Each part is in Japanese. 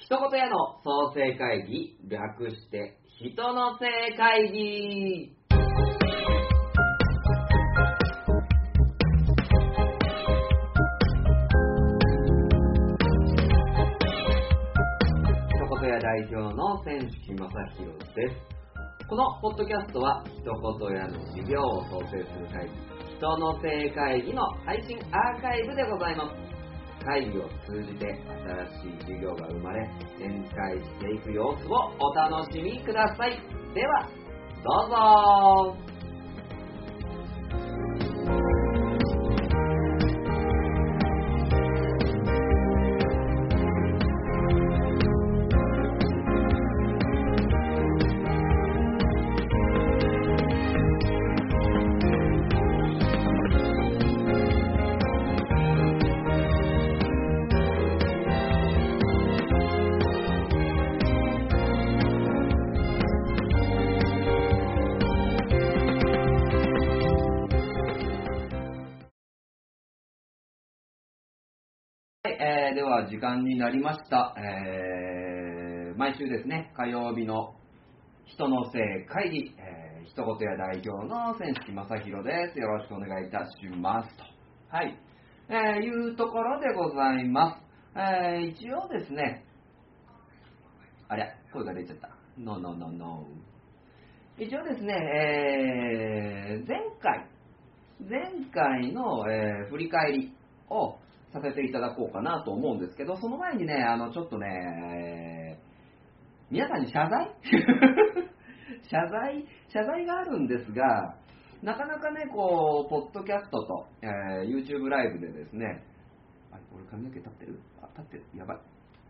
一言屋の創生会議、略して人の生会議。一言屋代表の千式正弘です。このポッドキャストは一言屋の事業を創生する会議、人の生会議の配信アーカイブでございます。会議を通じて新しい事業が生まれ展開していく様子をお楽しみください。ではどうぞ。では時間になりました。毎週ですね、火曜日の人の生会議、一言屋代表の千式正弘です。よろしくお願いいたしますと。はい、いうところでございます。一応ですね、あれ、声が出ちゃった。ノーノーノーノー。一応ですね、前回の、振り返りをさせていただこうかなと思うんですけど、その前にね、ちょっとね、皆さんに謝罪謝罪があるんですが、なかなかね、こう、ポッドキャストと、YouTube ライブでですね、あれ、俺髪の毛立ってる？立ってる。やばい。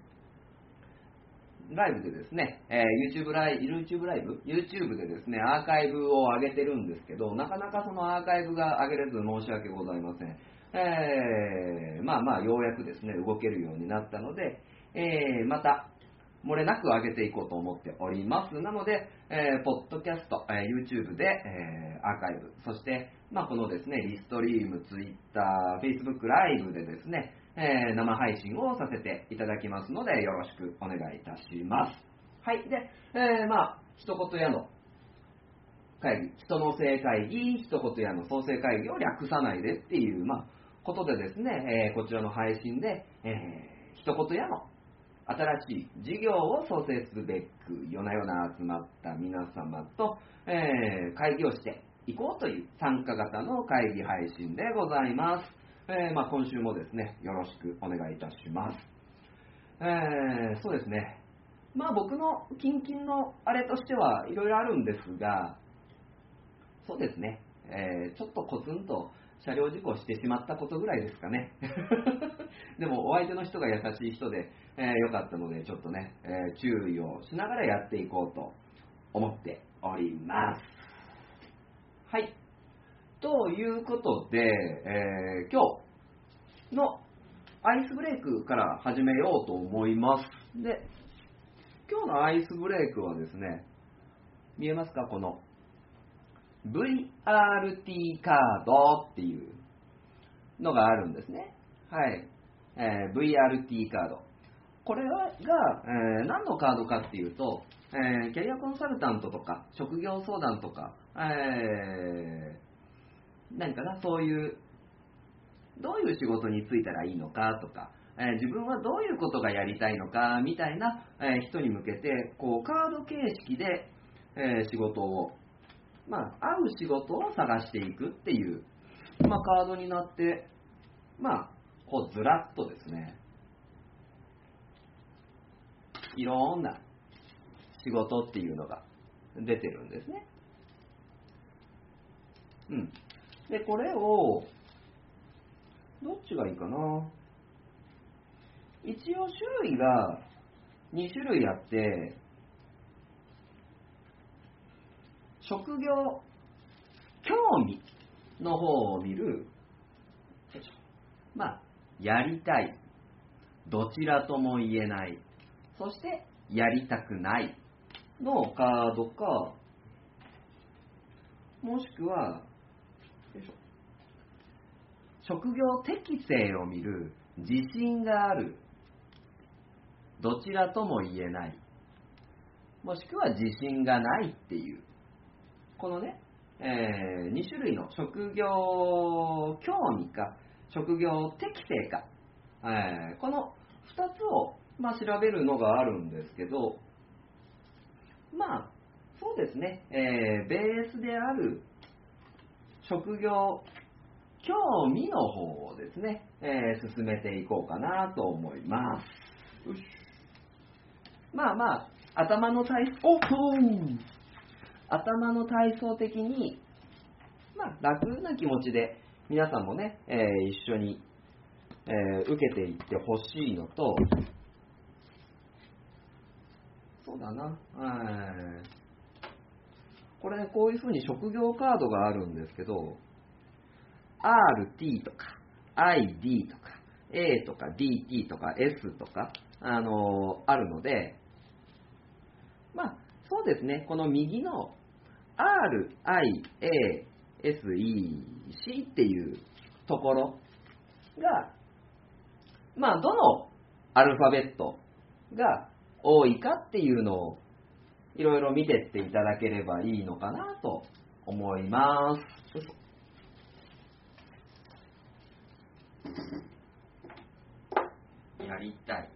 ライブでですね、YouTube でですね、アーカイブを上げてるんですけど、なかなかそのアーカイブが上げれず申し訳ございません。ようやくですね、動けるようになったので、また、漏れなく上げていこうと思っております。なので、ポッドキャスト、YouTube で、アーカイブ、そして、このですね、リストリーム、Twitter、Facebook ライブでですね、生配信をさせていただきますので、よろしくお願いいたします。はい。で、一言屋の会議、人の生会議、一言屋の創生会議を略さないでっていう、ことでですね、こちらの配信で、一言屋の新しい事業を創生するべく、夜な夜な集まった皆様と、会議をしていこうという参加型の会議配信でございます。今週もですね、よろしくお願いいたします。そうですね。僕の近々のあれとしてはいろいろあるんですが、そうですね、ちょっとコツンと車両事故してしまったことぐらいですかね。でもお相手の人が優しい人で、よかったのでちょっとね、注意をしながらやっていこうと思っております。はい。ということで、今日のアイスブレイクから始めようと思います。で、今日のアイスブレイクはですね、見えますか？このVRT カードっていうのがあるんですね。はい。VRT カード。これが、何のカードかっていうと、キャリアコンサルタントとか、職業相談とか、何かな、そういう、どういう仕事に就いたらいいのかとか、自分はどういうことがやりたいのかみたいな、人に向けて、こう、カード形式で、仕事を、合う仕事を探していくっていう、カードになって、こうずらっとですね、いろんな仕事っていうのが出てるんですね。で、これを、どっちがいいかな。一応種類が2種類あって、職業興味の方を見る、やりたい、どちらとも言えない、そしてやりたくないのカードか、もしくは、職業適性を見る自信があるどちらとも言えない、もしくは自信がないっていう、このね、2種類の職業興味か職業適性か、この2つを、調べるのがあるんですけど、そうですね、ベースである職業興味の方をですね、進めていこうかなと思います。よし。頭の体操的に、楽な気持ちで皆さんもね、一緒に、受けていってほしいのと、そうだな、これね、こういう風に職業カードがあるんですけど、RT とか ID とか A とか DT とか S とか、あるので、そうですね、この右の RIASEC っていうところが、どのアルファベットが多いかっていうのをいろいろ見てっていただければいいのかなと思います。よいしょ。やりたい、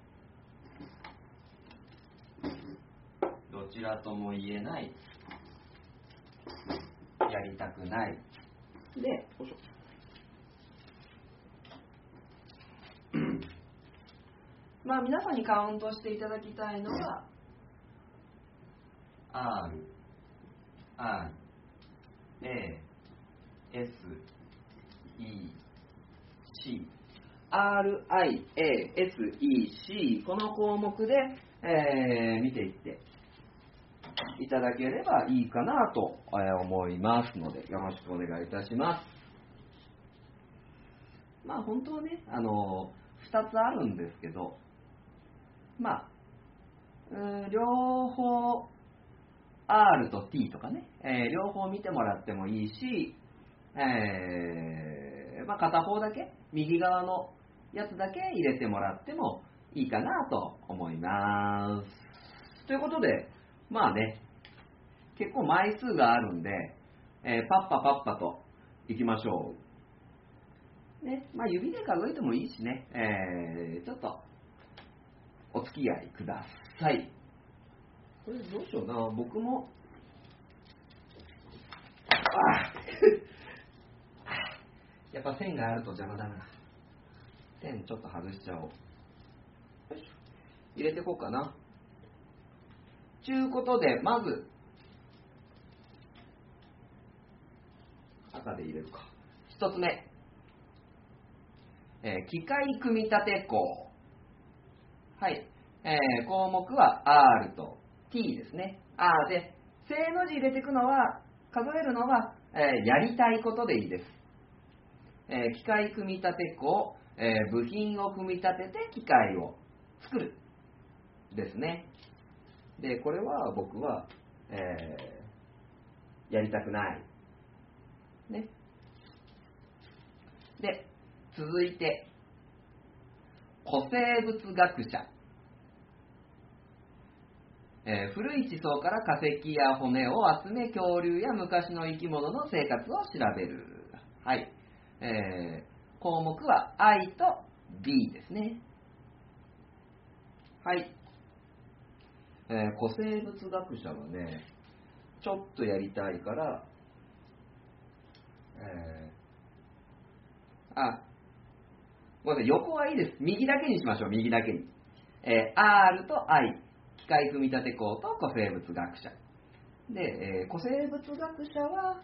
どちらとも言えない、やりたくないで、よいしょ。皆さんにカウントしていただきたいのは R I A S E C RIASEC この項目で、見ていっていただければいいかなと思いますので、よろしくお願いいたします。本当はね、2つあるんですけど、両方 R と T とかね、両方見てもらってもいいし、片方だけ、右側のやつだけ入れてもらってもいいかなと思います。ということで、結構枚数があるんで、パッパといきましょう。ね、指で数えてもいいしね、ちょっとお付き合いください。これどうしような、僕もやっぱ線があると邪魔だな。線ちょっと外しちゃおう。よいしょ。入れていこうかな。ちゅうことで、まず赤で入れるか。一つ目、機械組み立て工。はい、項目は R と T ですね。で、正の字入れていくのは、数えるのは、やりたいことでいいです。機械組み立て工、部品を組み立てて機械を作るですね。で、これは僕は、やりたくないね。で、続いて古生物学者、古い地層から化石や骨を集め、恐竜や昔の生き物の生活を調べる。はい、項目は I と B ですね。はい、古生物学者はね、ちょっとやりたいから、ごめんなさい、横はいいです。右だけにしましょう、右だけに。R と I、機械組み立て工と古生物学者。で、古生物学者は、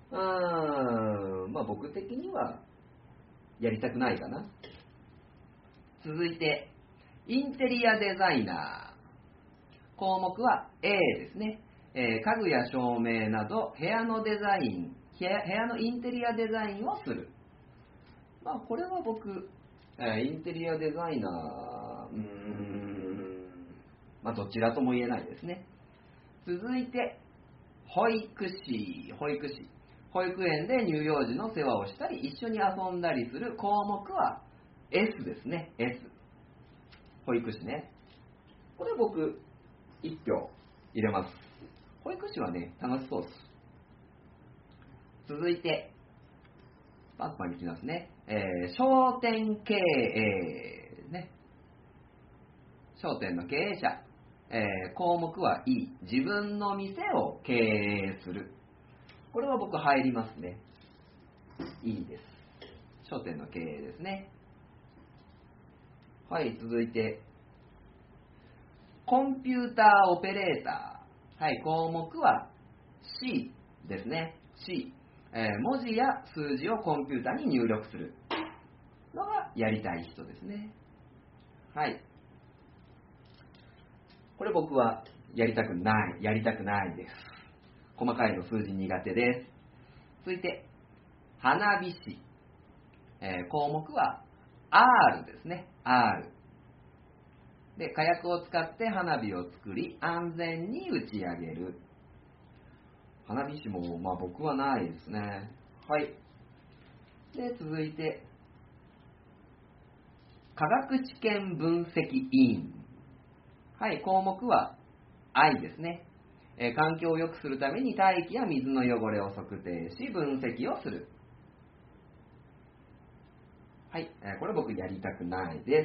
僕的にはやりたくないかな。続いて、インテリアデザイナー。項目は A ですね。家具や照明など部屋のデザイン、部屋のインテリアデザインをする。これは僕、インテリアデザイナー、どちらとも言えないですね。続いて、保育士。保育園で乳幼児の世話をしたり、一緒に遊んだりする。項目は S ですね。S。保育士ね。 これ僕1票入れます。保育士はね、楽しそうです。続いて、パンパンにいきますね。商店経営ね。商店の経営者。項目は E。自分の店を経営する。これは僕入りますね。E です。商店の経営ですね。はい、続いて、コンピューターオペレーター。はい、項目は C ですね。C。文字や数字をコンピュータに入力するのがやりたい人ですね。はい。これ僕はやりたくないです。細かいの数字苦手です。続いて、花火師。項目は R ですね。R。で、火薬を使って花火を作り、安全に打ち上げる。花火師も、僕はないですね。はい。で、続いて、科学知見分析委員。はい、項目は I ですね。環境を良くするために大気や水の汚れを測定し、分析をする。はい、これ僕やりたくないです。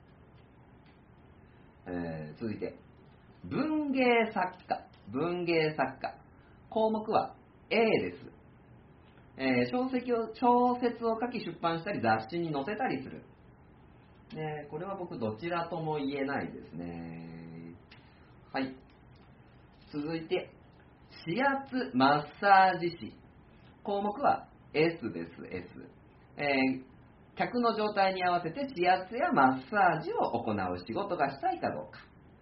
続いて、文芸作家。項目は A です。小説を書き出版したり雑誌に載せたりする。これは僕どちらとも言えないですね。はい。続いて、指圧マッサージ師。項目は S です。S。客の状態に合わせて指圧やマッサージを行う仕事がしたいかどうか。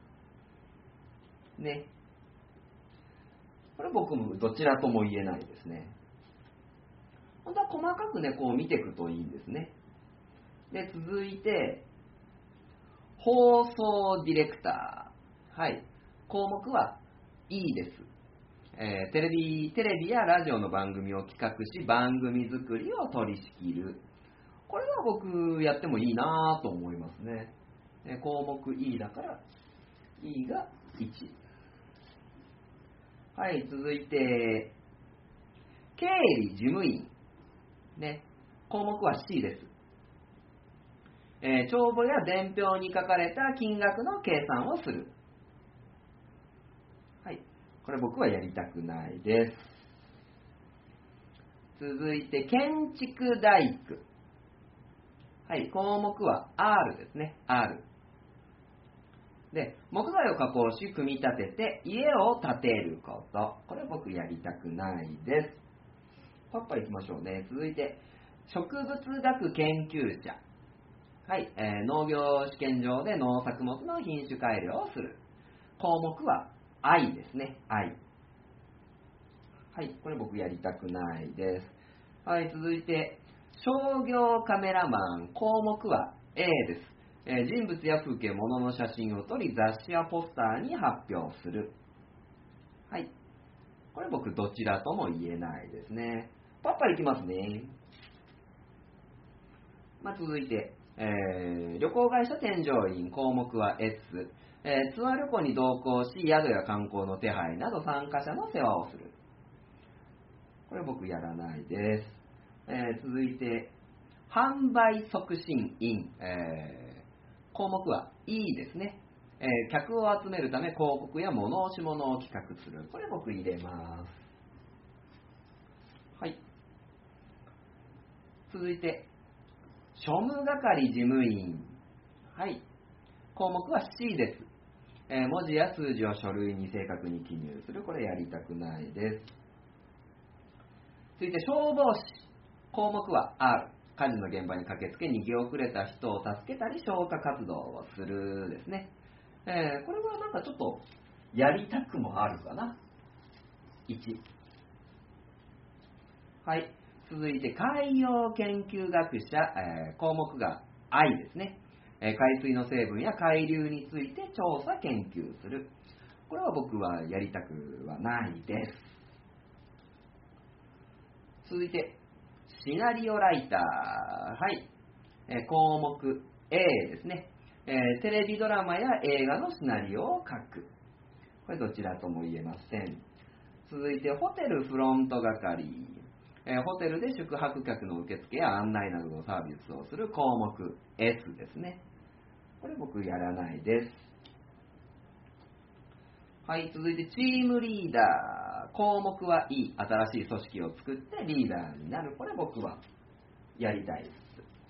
ね。これ僕もどちらとも言えないですね。本当は細かくね、こう見ていくといいんですね。で、続いて、放送ディレクター。はい。項目は E です。テレビやラジオの番組を企画し、番組作りを取り仕切る。これは僕やってもいいなと思いますね。項目 E だから、E が1。はい、続いて、経理事務員。ね、項目は C です。帳簿や伝票に書かれた金額の計算をする。はい、これ僕はやりたくないです。続いて、建築大工。はい、項目は R ですね。R。で、木材を加工し、組み立てて家を建てること。これ僕やりたくないです。パッパいきましょうね。続いて、植物学研究者。はい、農業試験場で農作物の品種改良をする。項目は I ですね。I。はい、これ僕やりたくないです。はい、続いて、商業カメラマン。項目は A です。人物や風景、物の写真を撮り、雑誌やポスターに発表する。はい。これ僕どちらとも言えないですね。パッパいきますね。続いて、旅行会社添乗員。項目は S。ツアー旅行に同行し、宿や観光の手配など参加者の世話をする。これ僕やらないです。続いて、販売促進員。項目は E ですね。客を集めるため広告や催し物を企画する。これ僕入れます。はい。続いて、庶務係事務員。はい。項目は C です。文字や数字を書類に正確に記入する。これやりたくないです。続いて、消防士。項目は R。火事の現場に駆けつけ逃げ遅れた人を助けたり消火活動をするですね。これはなんかちょっとやりたくもあるかな。1。はい。続いて海洋研究学者、項目が I ですね。海水の成分や海流について調査研究する。これは僕はやりたくはないです。続いてシナリオライター。はい。項目 A ですね。 テレビドラマや映画のシナリオを書く。これどちらとも言えません。続いて、ホテルフロント係。ホテルで宿泊客の受付や案内などのサービスをする項目 S ですね。これ僕やらないです。はい、続いてチームリーダー。項目は E。新しい組織を作ってリーダーになる。これ僕はやりたいです。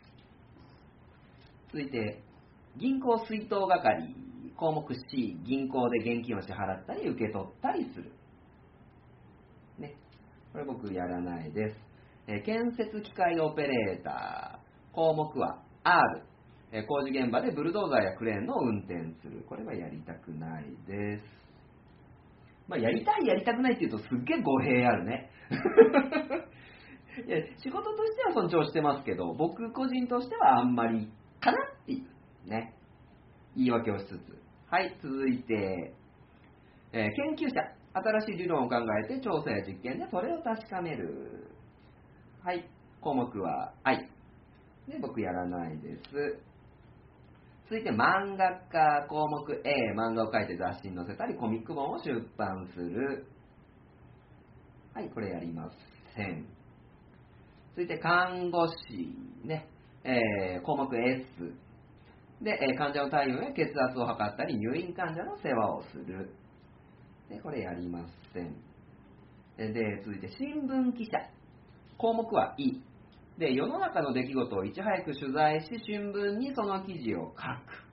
続いて、銀行出納係。項目 C。銀行で現金を支払ったり受け取ったりする。ね、これ僕やらないです。建設機械オペレーター。項目は R。工事現場でブルドーザーやクレーンの運転する。これはやりたくないです。やりたいやりたくないっていうとすっげえ語弊あるね。いや仕事としては尊重してますけど、僕個人としてはあんまりかなっていうね、言い訳をしつつ。はい、続いて、研究者。新しい理論を考えて調査や実験でそれを確かめる。はい、項目は I。で、僕やらないです。続いて漫画家。項目 A。漫画を描いて雑誌に載せたりコミック本を出版する。はい、これやりません。続いて看護師ね、項目 S で、患者の体温や血圧を測ったり入院患者の世話をする。で、これやりません。で、続いて新聞記者。項目は E。で、世の中の出来事をいち早く取材し、新聞にその記事を書く。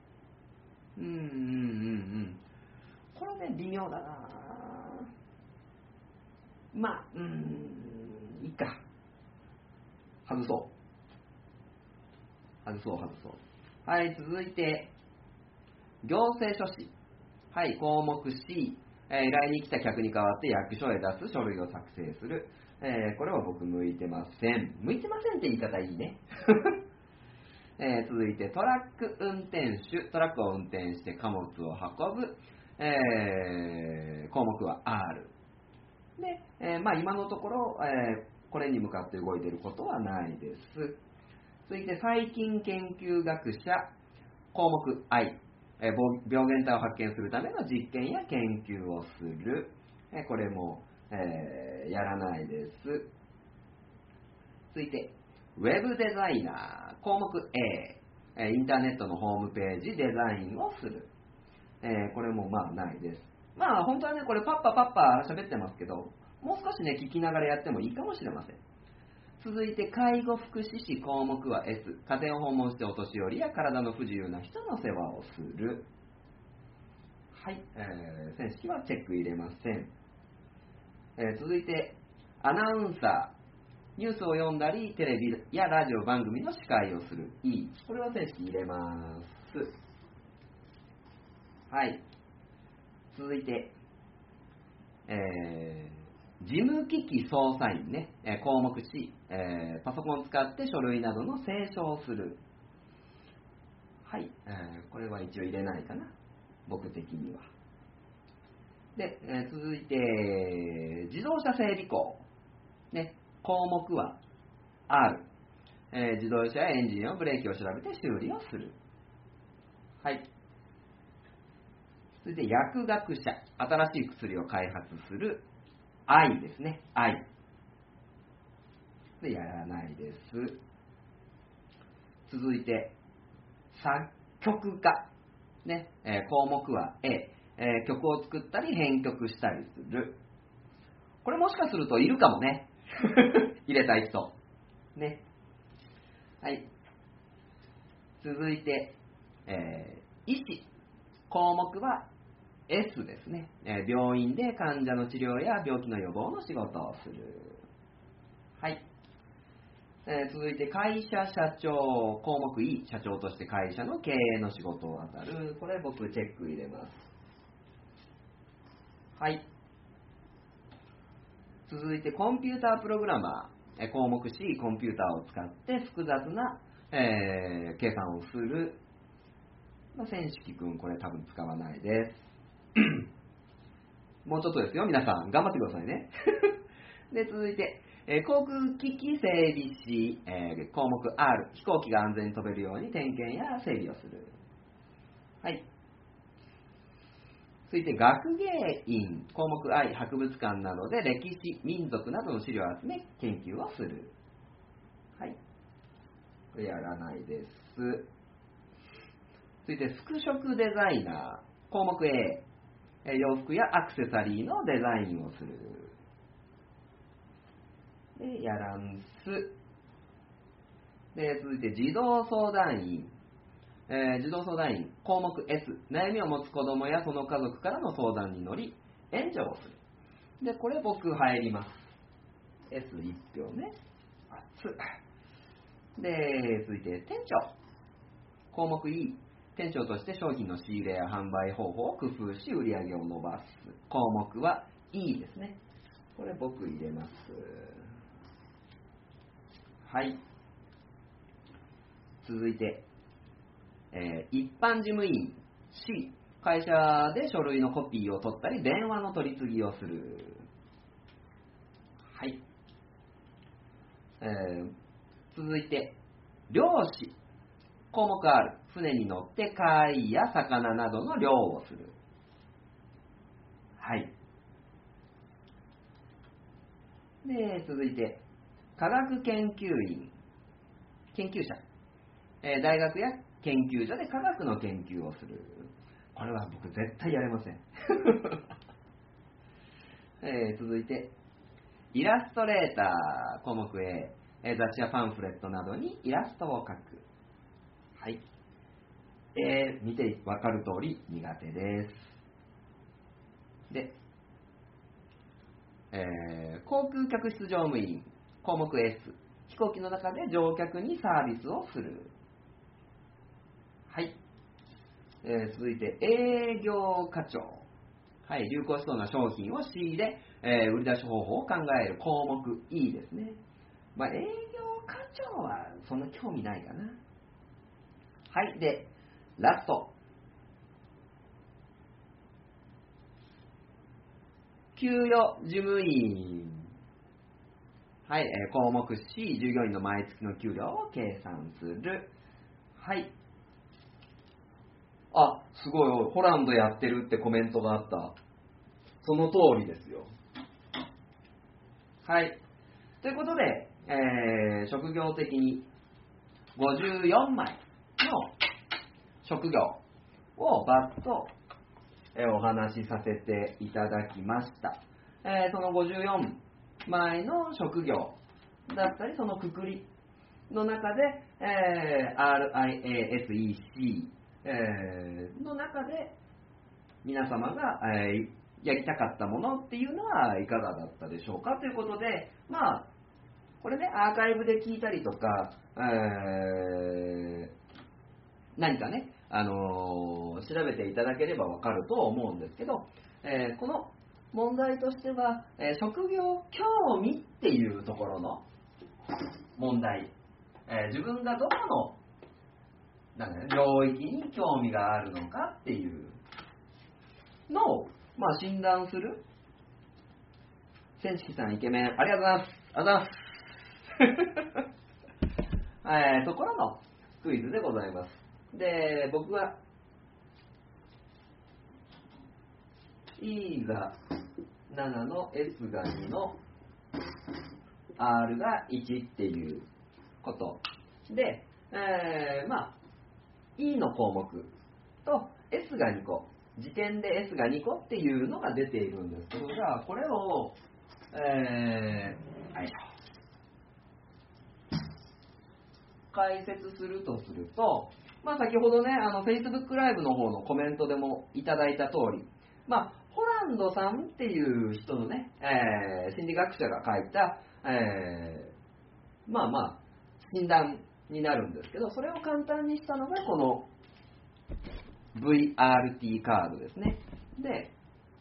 これね、微妙だな。いいか。外そう。はい、続いて、行政書士。はい、項目 C。依頼に来た客に代わって役所へ出す書類を作成する。これは僕向いてません。向いてませんって言い方いいね。続いてトラック運転手。トラックを運転して貨物を運ぶ。項目は R。で、今のところ、これに向かって動いていることはないです。続いて細菌研究学者。項目 I。病原体を発見するための実験や研究をする。これも、やらないです。続いてウェブデザイナー。項目 A。インターネットのホームページデザインをする。これもないです。本当はね、これパッパ喋ってますけど、もう少しね聞きながらやってもいいかもしれません。続いて介護福祉士。項目は S。家庭を訪問してお年寄りや体の不自由な人の世話をする。はい、選式はチェック入れません。続いてアナウンサー。ニュースを読んだりテレビやラジオ番組の司会をする。E。これは選式入れます。はい、続いて、事務機器操作員ね。項目 C。パソコンを使って書類などの清書をする。はい、これは一応入れないかな、僕的には。で、続いて自動車整備工ね。項目は R。自動車やエンジンやブレーキを調べて修理をする。はい。続いて薬学者。新しい薬を開発する。I ですね。I。で、やらないです。続いて、作曲家。ね。項目は A。曲を作ったり編曲したりする。これもしかするといるかもね。入れたい人。ね。はい。続いて、医師。項目はS ですね。病院で患者の治療や病気の予防の仕事をする。はい。続いて会社社長。項目 E。社長として会社の経営の仕事を当たる。これ僕チェック入れます。はい。続いてコンピュータープログラマー。項目 C。コンピューターを使って複雑な、計算をする。千式君、これ多分使わないです。もうちょっとですよ、皆さん頑張ってくださいね。で、続いて、航空機器整備士。項目 R。飛行機が安全に飛べるように点検や整備をする。 はい。続いて、学芸員、項目 I、博物館などで歴史、民族などの資料を集め、研究をする。はい。これやらないです。続いて、服飾デザイナー、項目 A、洋服やアクセサリーのデザインをする。で、やらんす。で、続いて、児童相談員。児童相談員、項目 S、悩みを持つ子供やその家族からの相談に乗り、援助をする。で、これ僕入ります。S1 票ね。で、続いて、店長。項目 E、店長として商品の仕入れや販売方法を工夫し、売り上げを伸ばす。項目は E ですね。これ僕入れます。はい。続いて、一般事務員 C、会社で書類のコピーを取ったり電話の取り次ぎをする。はい。続いて漁師、項目 R、船に乗って貝や魚などの漁をする。はい。で、続いて科学研究員、研究者、大学や研究所で科学の研究をする。これは僕絶対やれません。続いてイラストレーター、項目 A、雑誌やパンフレットなどにイラストを描く。はい。見てわかる通り苦手です。で、航空客室乗務員、項目 S、飛行機の中で乗客にサービスをする。はい。続いて営業課長、はい、流行しそうな商品を仕入れ、売り出し方法を考える。項目 E ですね。まあ、営業課長はそんな興味ないかな。はい。で、ラスト、給与事務員、はい、項目 C、従業員の毎月の給料を計算する。はい。あ、すごい、ホランドやってるってコメントがあった。その通りですよ。はい。ということで、職業的に54枚の職業をバッとお話しさせていただきました。その54枚の職業だったり、そのくくりの中で、RIASEC、の中で皆様が、やりたかったものっていうのはいかがだったでしょうかということで、まあこれね、アーカイブで聞いたりとか、何かね、調べていただければわかると思うんですけど、この問題としては、職業興味っていうところの問題、自分がどこの領域に興味があるのかっていうのを、まあ、診断する。千式さんイケメン、ありがとうございます。ありがとうございます。ところのクイズでございます。で、僕はE が7の S が2の R が1っていうことで、まあ E の項目と S が2個、時点で S が2個っていうのが出ているんですけど、じゃあこれを、解説するとすると、まあ、先ほどね、Facebook ライブの方のコメントでもいただいた通り、まあ、ホランドさんっていう人のね、心理学者が書いた、まあまあ、診断になるんですけど、それを簡単にしたのがこの VRT カードですね。で、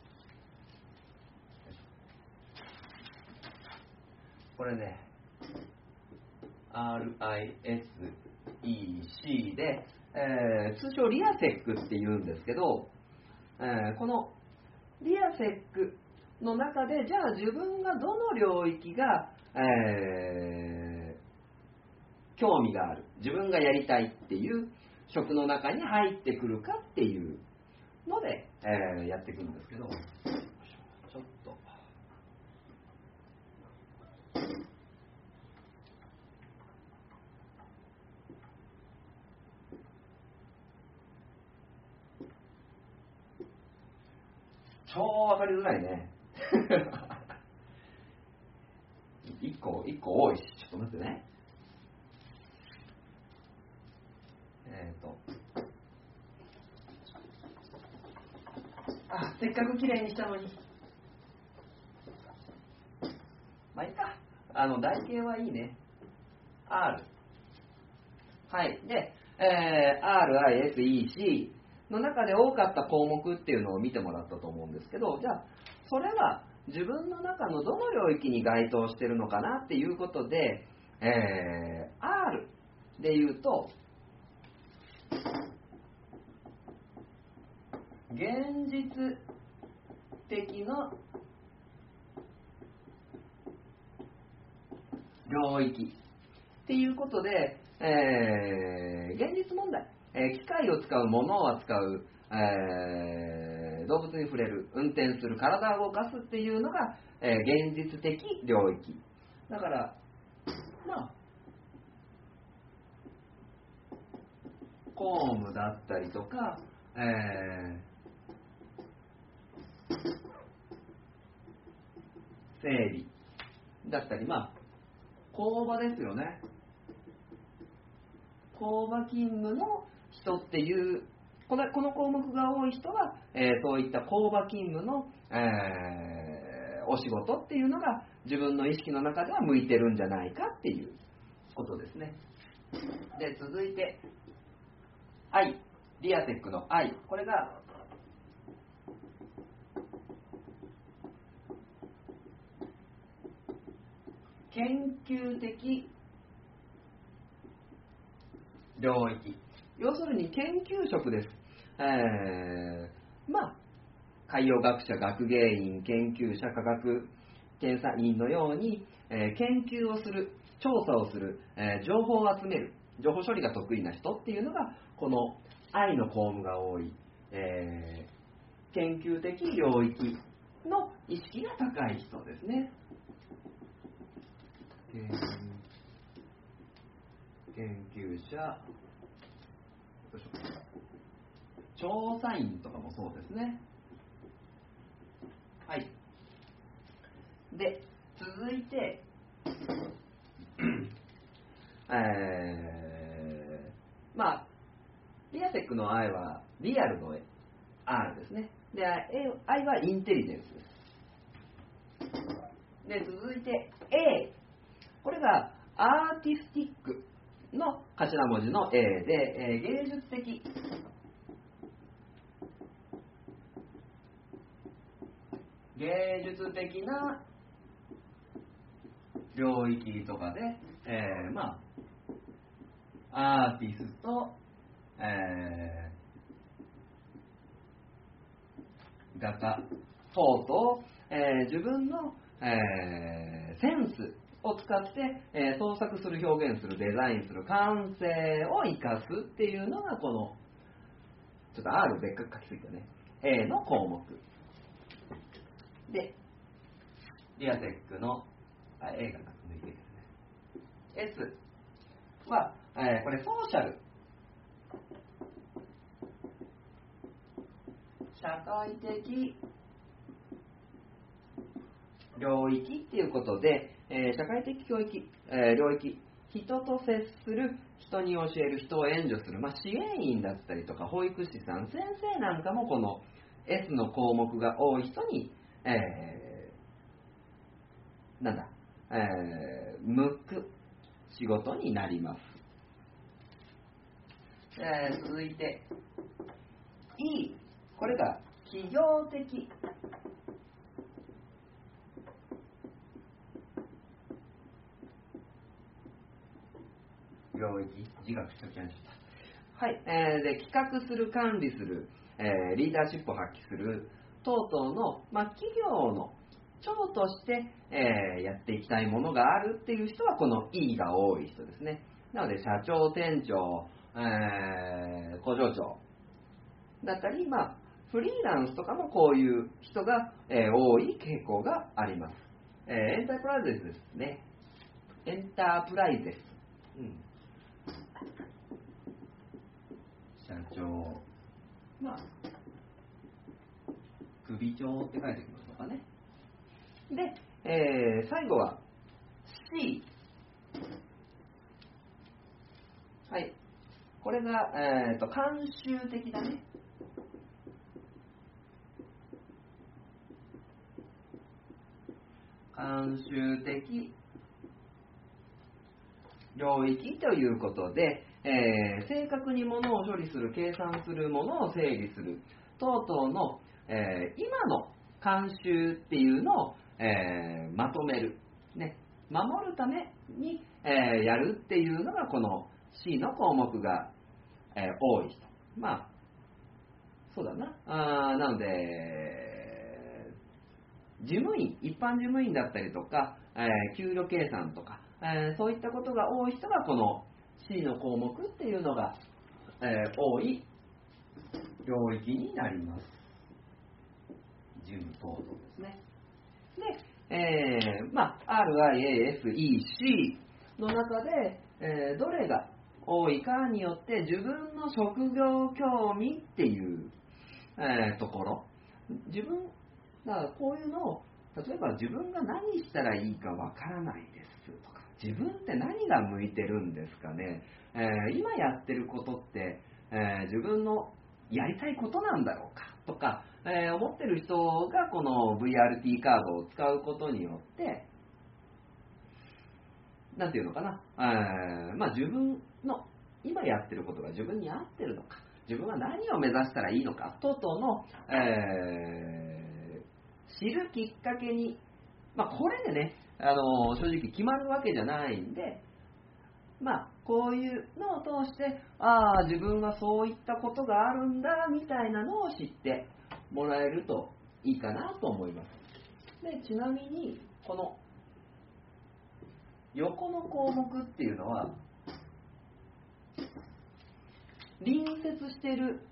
これね、RISEC で、通称リアセックっていうんですけど、このリアセックの中でじゃあ自分がどの領域が、興味がある、自分がやりたいっていう職の中に入ってくるかっていうので、やっていくんですけど、ちょっと超わかりづらいね。一個多いし、ちょっと待ってね。せっかく綺麗にしたのに。まあいいか。台形はいいね。R。はい。で、RISEC の中で多かった項目っていうのを見てもらったと思うんですけど、じゃあ、それは自分の中のどの領域に該当してるのかなっていうことで、R で言うと、現実的な領域っていうことで、現実問題、機械を使う、物を扱う、動物に触れる、運転する、体を動かすっていうのが、現実的領域だから、まあ公務だったりとか、整理だったり、まあ工場ですよね。工場勤務の人っていうこの項目が多い人は、そういった工場勤務の、お仕事っていうのが自分の意識の中では向いてるんじゃないかっていうことですね。で、続いて I、 リアテックの I、 これが研究的領域、要するに研究職です。まあ海洋学者、学芸員、研究者、科学検査員のように、研究をする、調査をする、情報を集める、情報処理が得意な人っていうのがこの愛の項目が多い、研究的領域の意識が高い人ですね。研究者、調査員とかもそうですね。はい。で、続いて、まあリアテックの I はリアルの R ですね。で、I はインテリジェンスです。で、続いて A、 これがアーティスティックの頭文字の A で、芸術的、芸術的な領域とかで、まあアーティスト、画家等々、自分の、センスを使って、創作する、表現する、デザインする、感性を生かすっていうのがこのちょっと R 別格書きすぎたね A の項目で、リアテックの A が抜いてですね。 S は、これソーシャル、社会的領域っていうことで、社会的領域、人と接する、人に教える、人を援助する、支援員だったりとか保育士さん、先生なんかもこの S の項目が多い人に、向く仕事になります。続いて E、 これが企業的領域、自学書きました。はい、で、企画する、管理する、リーダーシップを発揮する等々の、企業の長として、やっていきたいものがあるっていう人はこの E が多い人ですね。なので社長、店長、 工場長だったり、フリーランスとかもこういう人が、多い傾向があります。エンタープライズですね。エンタープライズ、社長、首長って書いてきますとかね。で、最後は C。はい。これが、慣習的だね。慣習的領域ということで、正確にものを処理する、計算するものを整理する等々の、今の慣習っていうのを、まとめる、ね、守るために、やるっていうのがこの C の項目が、多い人。そうだな。なので、事務員、一般事務員だったりとか、給与計算とか、そういったことが多い人がこの C の項目っていうのが、多い領域になります。事務等々ですね。で、RIASEC の中で、どれが多いかによって自分の職業興味っていう、ところ、だからこういうのを、例えば自分が何したらいいかわからないですとか、自分って何が向いてるんですかね、今やってることって、自分のやりたいことなんだろうかとか、思ってる人がこの VRT カードを使うことによって、なんていうのかな、自分の今やってることが自分に合ってるのか、自分は何を目指したらいいのか等々の、知るきっかけに、これでね、正直決まるわけじゃないんで、こういうのを通して、自分はそういったことがあるんだみたいなのを知ってもらえるといいかなと思います。で、ちなみにこの横の項目っていうのは隣接している、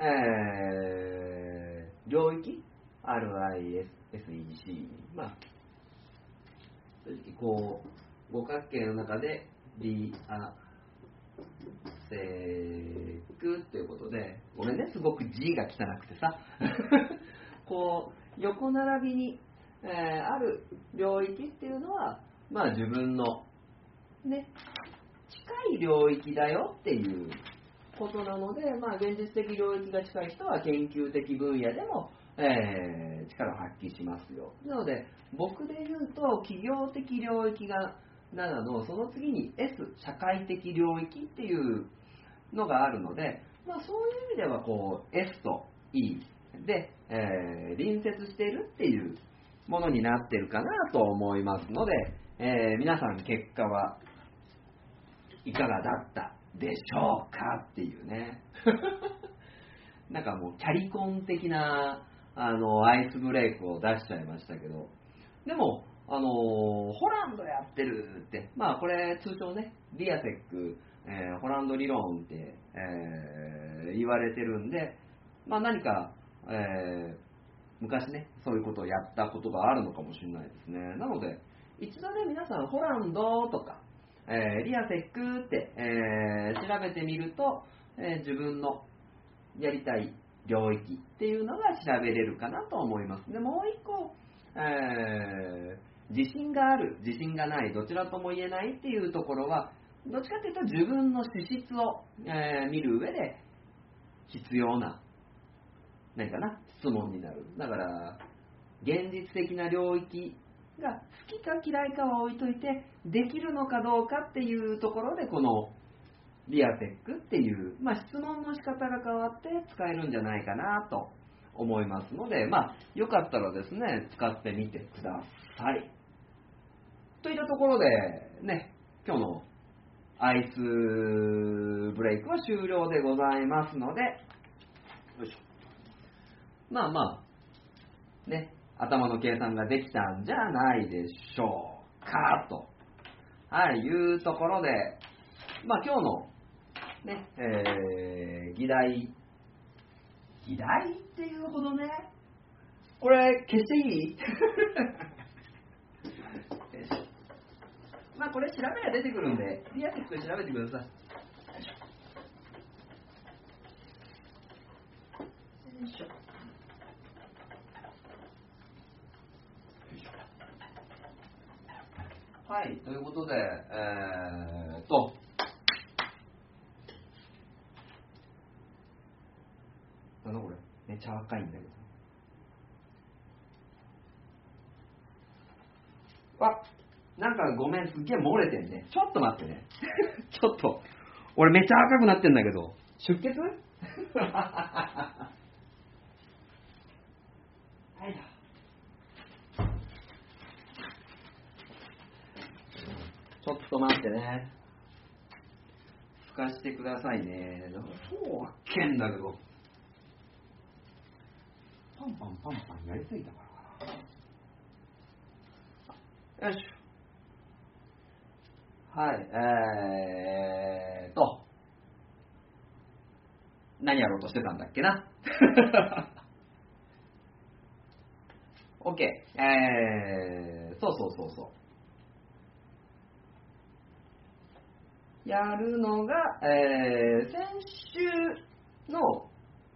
領域 RISEC、正直こう五角形の中でリアセクということで、ごめんね、すごく字が汚くてさこう横並びに、ある領域っていうのは、自分のね近い領域だよっていうことなので、現実的領域が近い人は研究的分野でも、力を発揮しますよ。なので僕で言うと企業的領域が7のその次に S 社会的領域っていうのがあるので、そういう意味ではこう S と E で、隣接しているっていうものになっているかなと思いますので、皆さん結果はいかがだったでしょうかっていうねなんかもうキャリコン的なアイスブレイクを出しちゃいましたけど、でもホランドやってるって、これ通称ねリアセック、ホランド理論って、言われてるんで、何か、昔ねそういうことをやったことがあるのかもしれないですね。なので一度ね皆さんホランドとか、リアセックって、調べてみると、自分のやりたい領域っていうのが調べれるかなと思います。でもう一個、自信がある、自信がない、どちらとも言えないっていうところは、どっちかというと自分の資質を、見る上で必要な何かな質問になる。だから現実的な領域が好きか嫌いかは置いといて、できるのかどうかっていうところでこのリアテックっていう、質問の仕方が変わって使えるんじゃないかなと思いますので、よかったらですね使ってみてください。といったところでね、今日のアイスブレイクは終了でございますので、よいしょ。ね、頭の計算ができたんじゃないでしょうかと、いうところで、今日のね、議題っていうほどね、これ消していいまあこれ調べりゃ出てくるんで、リアティックで調べてください。よいしょ。はい、ということで、なんだこれ、めっちゃ赤いんだけど。なんかごめん、すっげえ漏れてんね。ちょっと待ってね。ちょっと、俺めっちゃ赤くなってんだけど、出血はいだ。ちょっと待ってね。透かしてくださいね。そうはっけんだけど。パンパンやりすぎたからかな。よし。はい、何やろうとしてたんだっけな。OK、そう。やるのが、先週の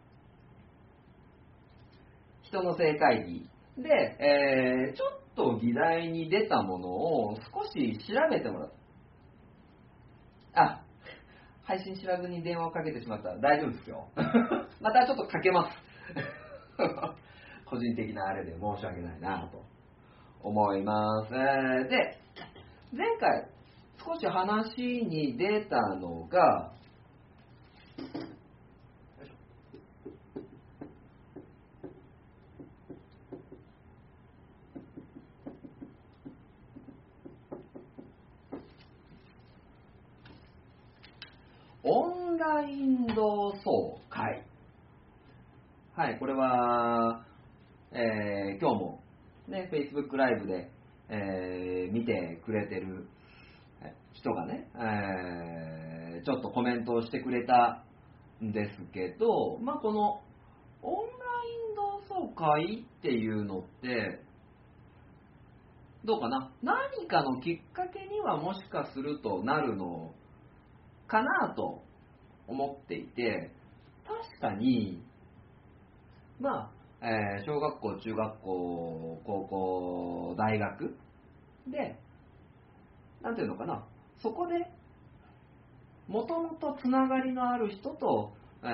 人の正会議で、ちょっと議題に出たものを少し調べてもらった。配信知らずに電話をかけてしまったら大丈夫ですよ。またちょっとかけます。個人的なあれで申し訳ないなと思います。で、前回少し話に出たのが、オンライン同窓会。はい、これは、今日も、ね、Facebook ライブで、見てくれてる人がね、ちょっとコメントをしてくれたんですけど、まあ、このオンライン同窓会っていうのってどうかな、何かのきっかけにはもしかするとなるのかなと思っていて、確かにまあ、小学校、中学校、高校、大学で、なんていうのかな、そこでもともとつながりのある人と、会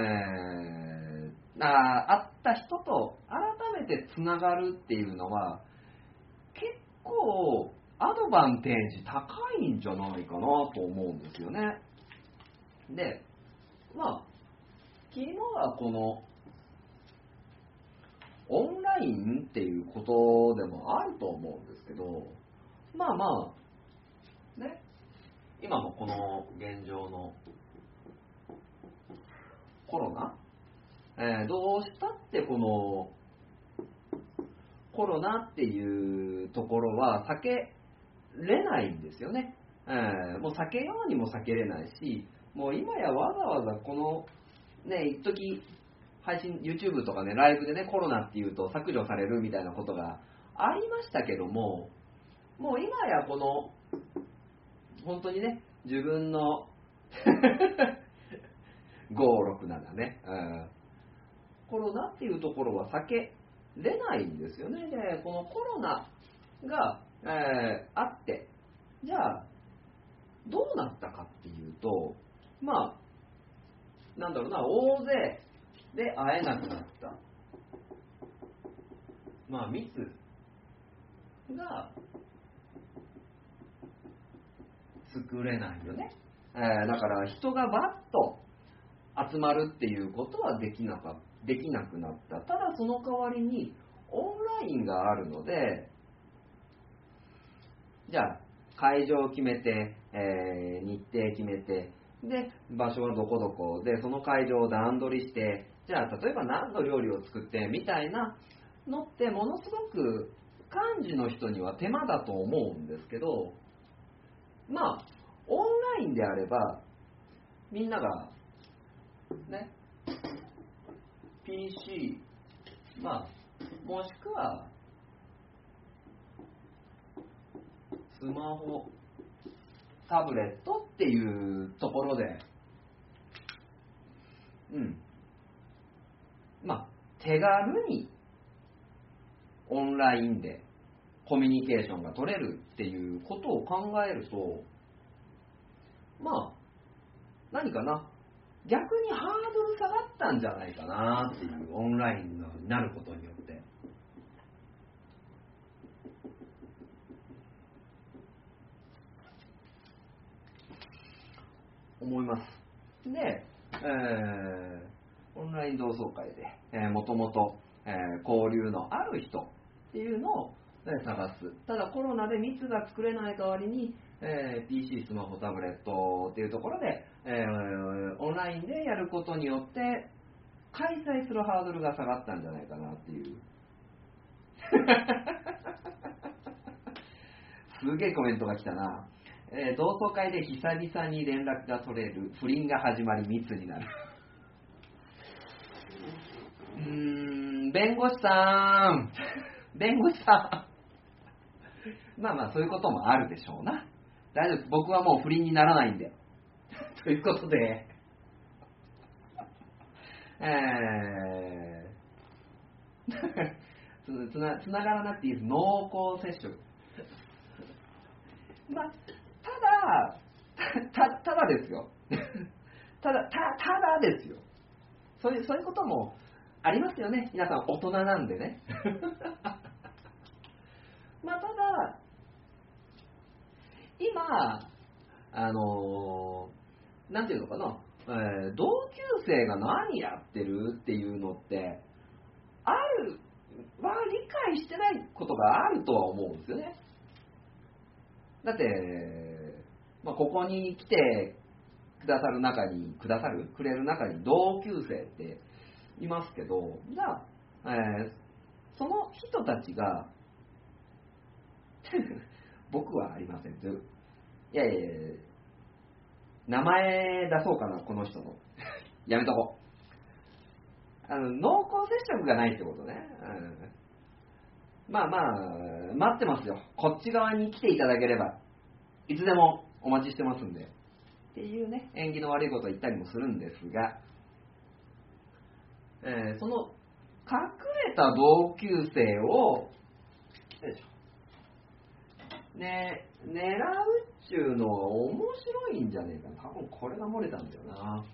った人と改めてつながるっていうのは結構アドバンテージ高いんじゃないかなと思うんですよね。で、まあ昨日はこのオンラインっていうことでもあると思うんですけど、まあね、今のこの現状のコロナ、どうしたってこのコロナっていうところは避けれないんですよね。もう避けようにも避けれないし、もう今やわざわざこのね、一時配信 YouTube とかね、ライブでね、コロナっていうと削除されるみたいなことがありましたけども、もう今やこの本当にね、自分の567ね、コロナっていうところは避けれないんですよね。で、このコロナが、あって、じゃあどうなったかっていうと、まあなんだろうな、大勢で会えなくなった、まあ密が作れないよね。だから人がバッと集まるっていうことはできなくなった。ただその代わりにオンラインがあるので、じゃあ会場を決めて、日程決めて、で場所はどこどこでその会場を段取りして、じゃあ例えば何の料理を作ってみたいなのってものすごく幹事の人には手間だと思うんですけど、まあオンラインであればみんながね、PC、まあ、もしくはスマホ、タブレットっていうところで、まあ、手軽にオンラインでコミュニケーションが取れるっていうことを考えると、まあ、何かな、逆にハードル下がったんじゃないかなっていう、オンラインになることによって。思います。で、オンライン同窓会で、もともと交流のある人っていうのを、探す。ただコロナで密が作れない代わりに、PC、スマホ、タブレットっていうところで、オンラインでやることによって開催するハードルが下がったんじゃないかなっていうすげえコメントが来たな。同窓会で久々に連絡が取れる、不倫が始まり密になる弁護士さん弁護士さんまあまあそういうこともあるでしょうな。大丈夫です、僕はもう不倫にならないんでということでつながらなくていいです。濃厚接触まあ、ただですよただですよ、そういうこともありますよね。皆さん大人なんでねまあただ今なんていうのかな、同級生が何やってるっていうのってあるは理解してないことがあるとは思うんですよね。だって、まあ、ここに来てくれる中に同級生っていますけど、じゃあ、その人たちが僕はありません。いやいやいや、名前出そうかな、この人の。やめとこう。濃厚接触がないってことね。まあまあ、待ってますよ。こっち側に来ていただければ、いつでもお待ちしてますんで。っていうね、縁起の悪いことを言ったりもするんですが、その隠れた同級生を、ね、狙うっちゅうのは面白いんじゃねえかな。多分これが漏れたんだよな。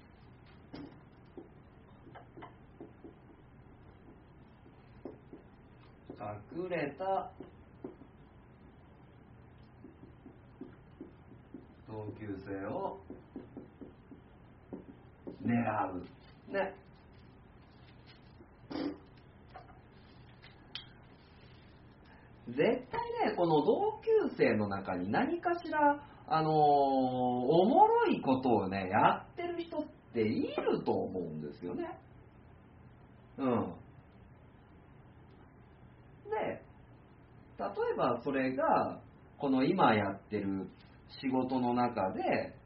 隠れた同級生を狙う。ね。絶対ね、この同級生の中に何かしら、おもろいことをね、やってる人っていると思うんですよね。で、例えばそれが、この今やってる仕事の中で、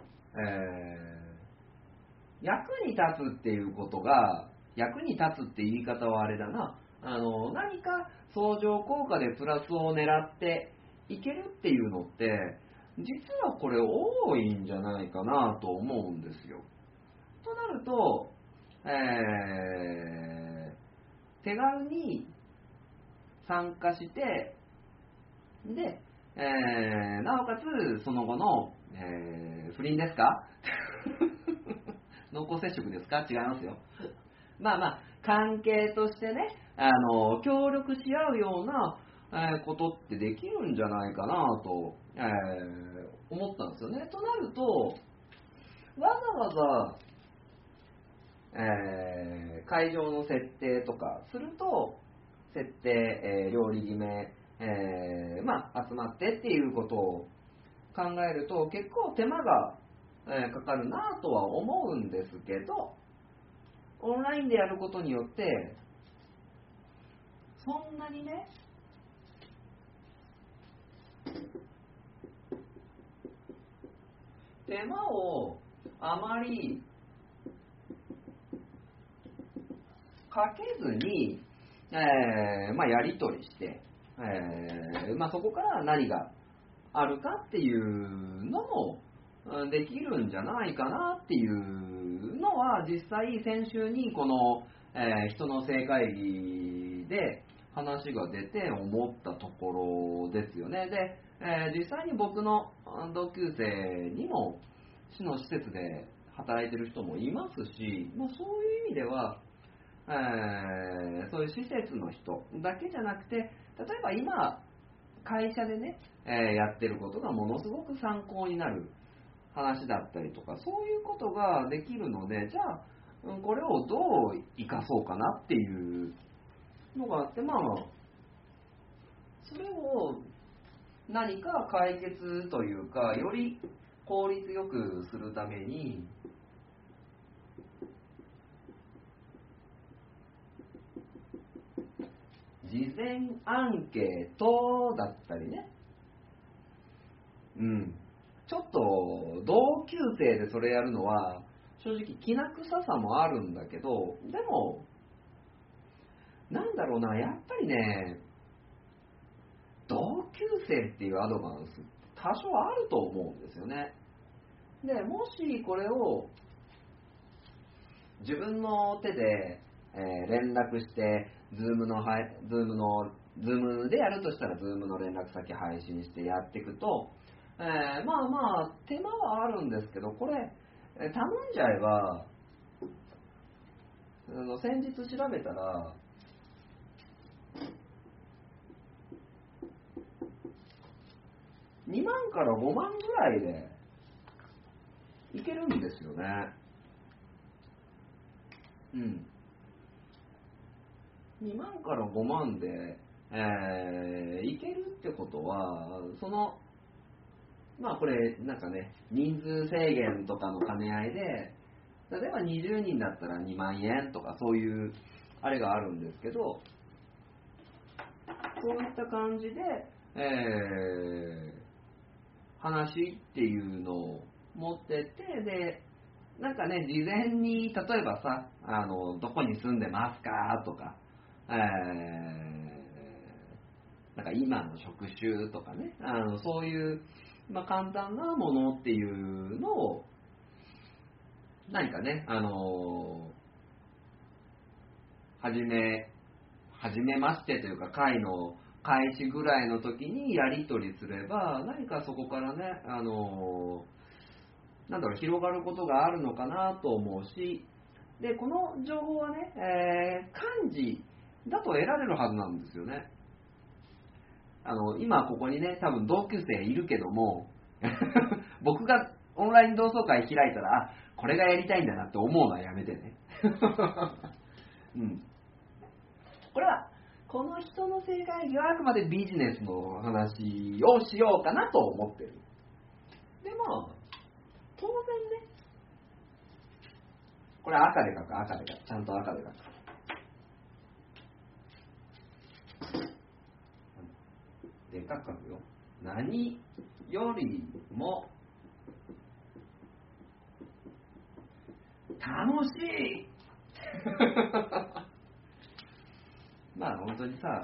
役に立つっていうことが、役に立つって言い方はあれだな、何か相乗効果でプラスを狙っていけるっていうのって、実はこれ多いんじゃないかなと思うんですよ。となると、手軽に参加して、で、なおかつその後の、不倫ですか濃厚接触ですか？違いますよ。まあまあ、関係としてね、協力し合うような、ことってできるんじゃないかなと、思ったんですよね。となると、わざわざ、会場の設定とかすると、設定、料理決め、まあ、集まってっていうことを考えると、結構手間が、かかるなとは思うんですけど、オンラインでやることによってそんなにね、手間をあまりかけずに、やり取りして、そこから何があるかっていうのもできるんじゃないかなっていうのは、実際先週にこの、人の正会議で話が出て思ったところですよね。で、実際に僕の同級生にも市の施設で働いてる人もいますし、そういう意味では、そういう施設の人だけじゃなくて、例えば今会社でね、やってることがものすごく参考になる話だったりとか、そういうことができるので、じゃあこれをどう生かそうかなっていうのがあって、それを何か解決というか、より効率よくするために、事前アンケートだったりね、ちょっと同級生でそれやるのは正直きな臭さもあるんだけど、でもなんだろうな、やっぱりね、同級生っていうアドバンス多少あると思うんですよね。でもしこれを自分の手で、連絡して、ズームでやるとしたら、ズームの連絡先配信してやっていくと、手間はあるんですけど、これ、頼んじゃえば、先日調べたら、2万から5万ぐらいでいけるんですよね。2万から5万で、いけるってことは、これなんかね、人数制限とかの兼ね合いで、例えば20人だったら2万円とかそういうあれがあるんですけど、そういった感じで、話っていうのを持ってって、でなんかね、事前に例えばさ、どこに住んでますかとか、なんか今の職種とかね、そういう、簡単なものっていうのを何かね、はじめましてというか、会の開始ぐらいの時にやり取りすれば、何かそこからね、広がることがあるのかなと思うし、でこの情報はね、漢字だと得られるはずなんですよね。今ここにね、多分同級生いるけども僕がオンライン同窓会開いたら、これがやりたいんだなって思うのはやめてねこれはこの人の正解はあくまでビジネスの話をしようかなと思ってる。でも当然ね、これ赤で書く、ちゃんと赤で書く。でかく書くよ。何よりも楽しい本当にさ、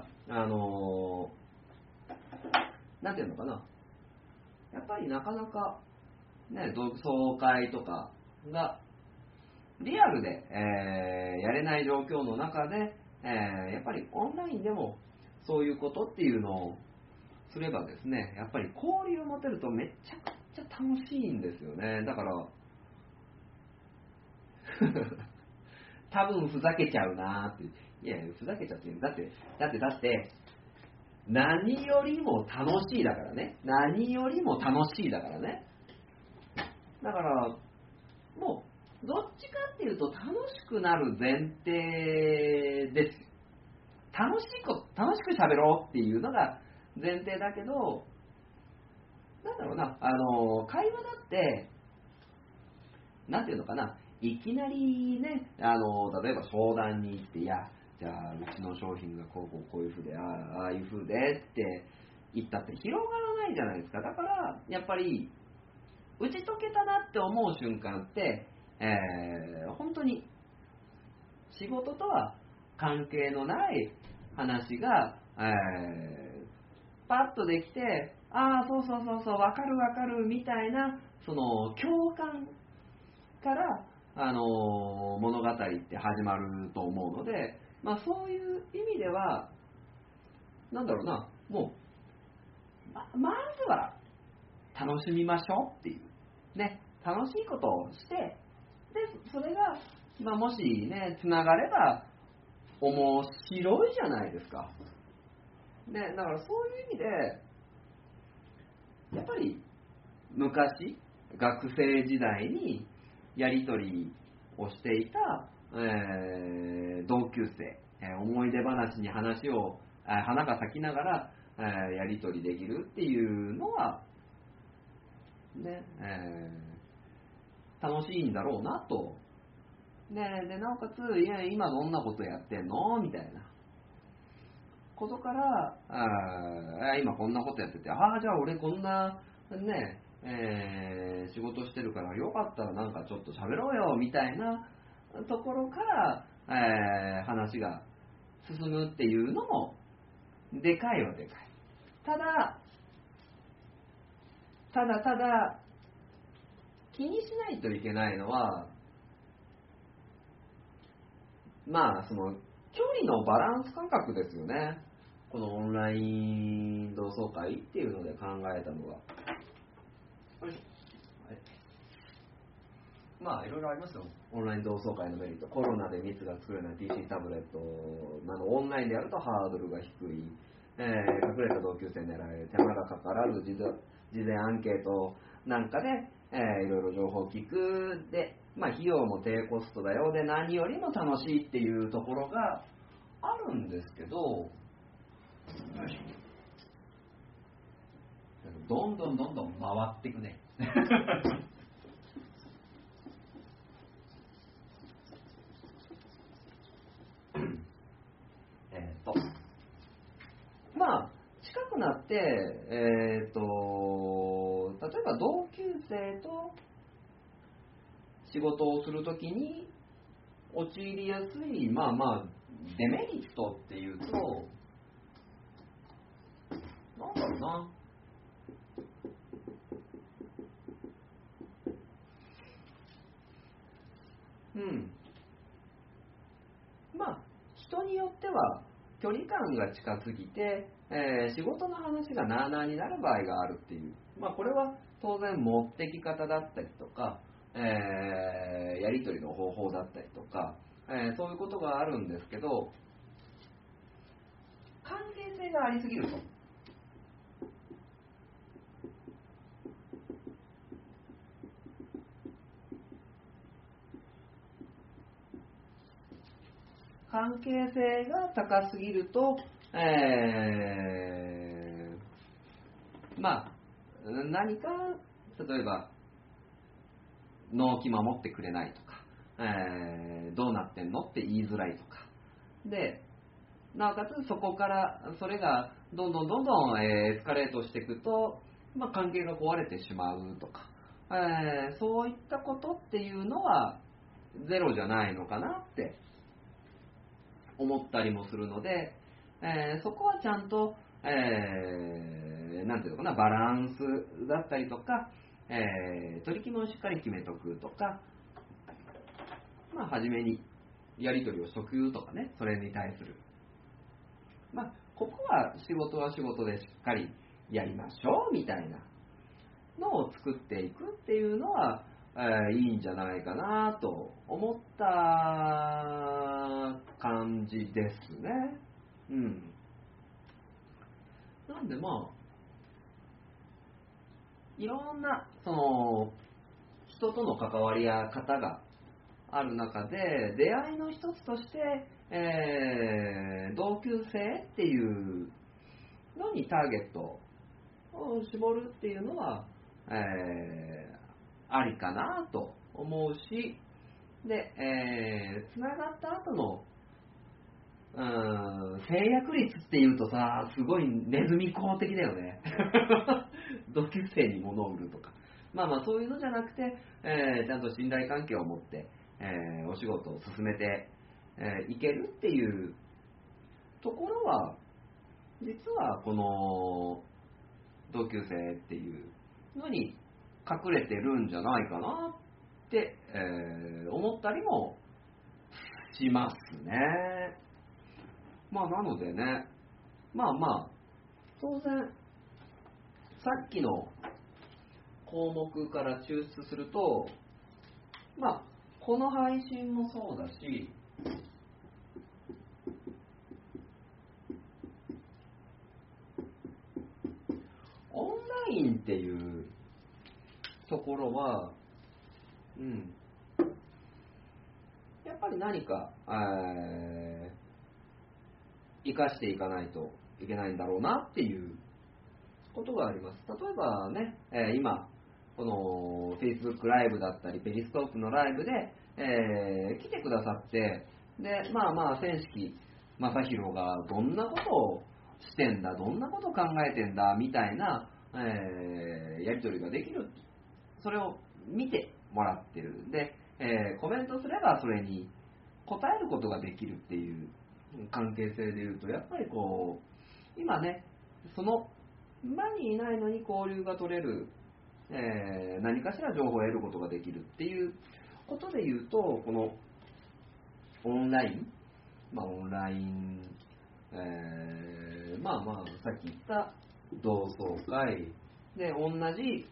なんていうのかな、やっぱりなかなかね、同窓会とかがリアルで、やれない状況の中で、やっぱりオンラインでもそういうことっていうのをすればですね、やっぱり交流を持てるとめちゃくちゃ楽しいんですよね。だから多分ふざけちゃうなって。いやふざけちゃってる。だって何よりも楽しいだからね。何よりも楽しいだからね。だからもうどっちかっていうと楽しくなる前提ですよ。楽しく喋ろうっていうのが前提だけど、会話だってなんていうのかな、いきなりね、例えば相談に行って、いや、じゃあうちの商品がこういう風で、ああいう風でって言ったって広がらないじゃないですか。だからやっぱり打ち解けたなって思う瞬間って、本当に仕事とは関係のない話が、パッとできて、ああ、そうそうそうそう、わかるわかるみたいな、その共感から、物語って始まると思うので、まあ、そういう意味では、なんだろうな、もう、まずは楽しみましょうっていう、ね、楽しいことをして、で、それが、まあ、もしね、つながれば、面白いじゃないですか。ね、だからそういう意味で、やっぱり昔、学生時代にやり取りをしていた、同級生、思い出話に話を、花が咲きながら、やり取りできるっていうのは、ね、楽しいんだろうなと。ね、でなおかつ、いや、今どんなことやってんのみたいなことから、今こんなことやってて、ああ、じゃあ俺こんな、ね、仕事してるからよかったらなんかちょっと喋ろうよみたいなところから、話が進むっていうのもでかいはでかい。ただ気にしないといけないのは、まあその距離のバランス感覚ですよね。このオンライン同窓会っていうので考えたのが。まあいろいろありますよ。オンライン同窓会のメリット。コロナで密が作れない PC タブレットなど、オンラインでやるとハードルが低い、隠れた同級生狙える、手間がかからず事前アンケートなんかで、いろいろ情報を聞くで、まあ費用も低コストだよで、何よりも楽しいっていうところがあるんですけど、どんどん回っていくね。まあ近くなって、例えば同級生と仕事をするときに陥りやすい、まあデメリットっていうと、なんだろうな。まあ人によっては距離感が近すぎて、仕事の話がなあなあになる場合があるっていう、まあこれは当然持ってき方だったりとか、やり取りの方法だったりとか、そういうことがあるんですけど、関係性がありすぎると。関係性が高すぎると、まあ何か例えば納期守ってくれないとか、どうなってんのって言いづらいとかで、なおかつそこからそれがどんどん、エスカレートしていくと、まあ、関係が壊れてしまうとか、そういったことっていうのはゼロじゃないのかなって思ったりもするので、そこはちゃんと、なんていうのかな、バランスだったりとか、取り決めをしっかり決めとくとか、まあ初めにやり取りをしとくとかね、それに対する、まあここは仕事は仕事でしっかりやりましょうみたいなのを作っていくっていうのは、いいんじゃないかなと思った感じですね。なんでまあいろんなその人との関わりや方がある中で、出会いの一つとして、同級生っていうのにターゲットを絞るっていうのは、ありかなと思うし、で、つながった後の制約率っていうとさ、すごいネズミ講的だよね。同級生に物を売るとか。まあそういうのじゃなくて、ちゃんと信頼関係を持って、お仕事を進めていけるっていうところは、実はこの同級生っていうのに隠れてるんじゃないかなって、思ったりもしますね。まあなのでね、まあ当然さっきの項目から抽出すると、まあこの配信もそうだし、オンラインっていうところは、やっぱり何か、生かしていかないといけないんだろうなっていうことがあります。例えばね、今この Facebook ライブだったりペリスコープのライブで、来てくださって、で千式正宏がどんなことをしてんだ、どんなことを考えてんだみたいな、やり取りができる、それを見てもらってる。で、コメントすればそれに答えることができるっていう関係性でいうと、やっぱりこう今ね、その場にいないのに交流が取れる、何かしら情報を得ることができるっていうことでいうと、このオンライン、オンライン、さっき言った同窓会で同じ、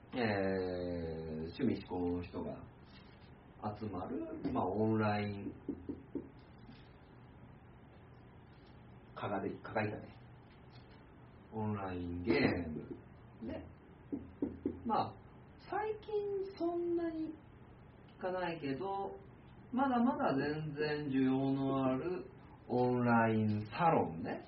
趣味嗜好の人が集まる、オンライン蚊がいたね、オンラインゲームで、最近そんなに聞かないけど、まだまだ全然需要のあるオンラインサロンね。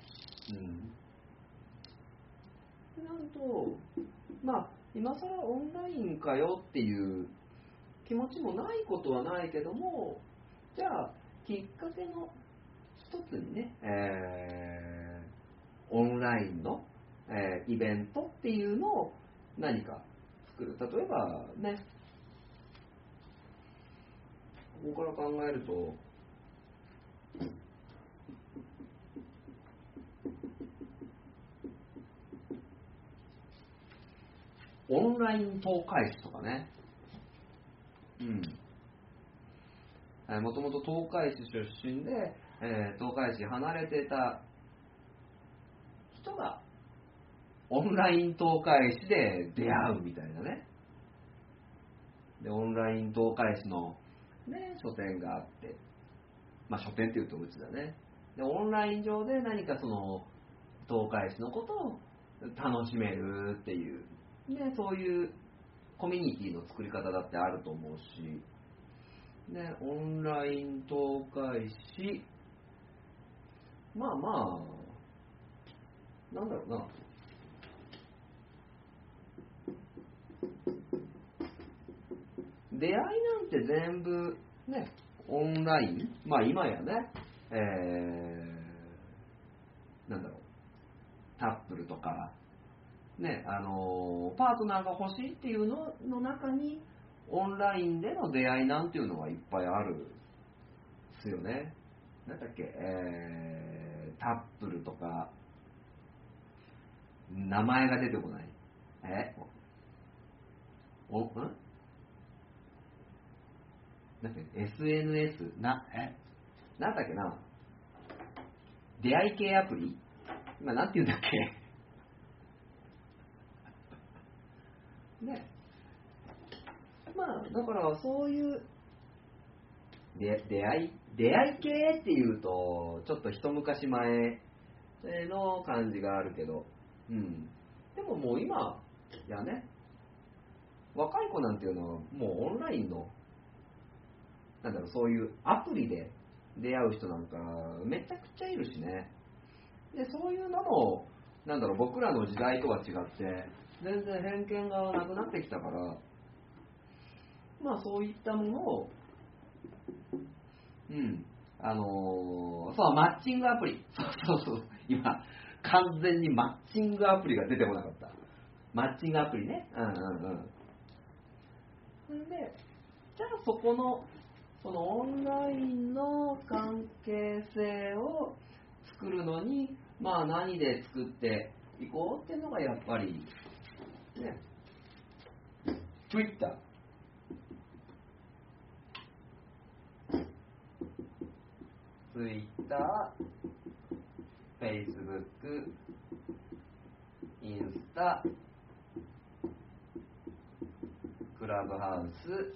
なんと、今更オンラインかよっていう気持ちもないことはないけども、じゃあきっかけの一つにね、オンラインの、イベントっていうのを何か作る。例えばね、ここから考えると、オンライン東海市とかね、もともと東海市出身で、東海市離れてた人がオンライン東海市で出会うみたいなね。でオンライン東海市の、書店があって、書店っていうとうちだね。でオンライン上で何かその東海市のことを楽しめるっていう、そういうコミュニティの作り方だってあると思うし、オンライン東海市、なんだろうな、出会いなんて全部ね、オンライン、今やね、なんだろう、タップルとかね、パートナーが欲しいっていうのの中にオンラインでの出会いなんていうのはいっぱいあるんですよね。なんだっけ、タップルとか名前が出てこない。なんか SNS なんだっけな、出会い系アプリ、今なんて言うんだっけね、だからそういう出会い系っていうとちょっと一昔前の感じがあるけど、でももう今やね、若い子なんていうのはもうオンラインのそういうアプリで出会う人なんかめちゃくちゃいるしね。でそういうのも僕らの時代とは違って全然偏見がなくなってきたから、そういったものをそうマッチングアプリ、そう今完全にマッチングアプリが出てこなかった。マッチングアプリね。でじゃあそこのオンラインの関係性を作るのに、まあ何で作っていこうっていうのがやっぱりね、Twitter、Facebook、インスタ、クラブハウス、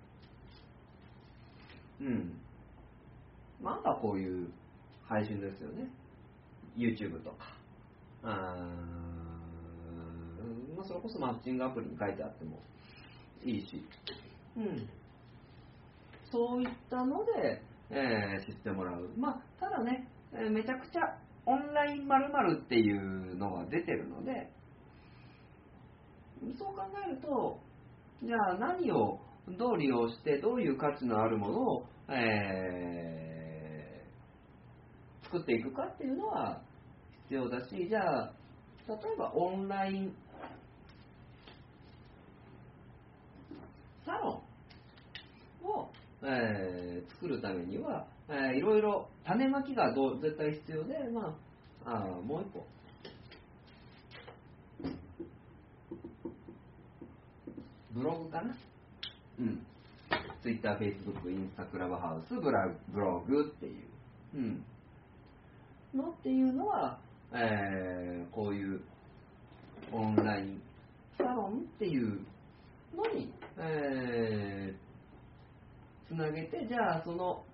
まあこういう配信ですよね。YouTube とか、それこそマッチングアプリに書いてあってもいいし、そういったので、知ってもらう。まあただね、めちゃくちゃオンライン〇〇っていうのが出てるので、そう考えると、じゃあ何をどう利用してどういう価値のあるものを、作っていくかっていうのは必要だし、じゃあ例えばオンラインサロンを、作るためには、いろいろ種まきが絶対必要で、もう一個ブログかな、Twitter、Facebook、インスタ、クラブハウス、ブログっていう、のっていうのは、こういうオンラインサロンっていうのに、つなげて、じゃあその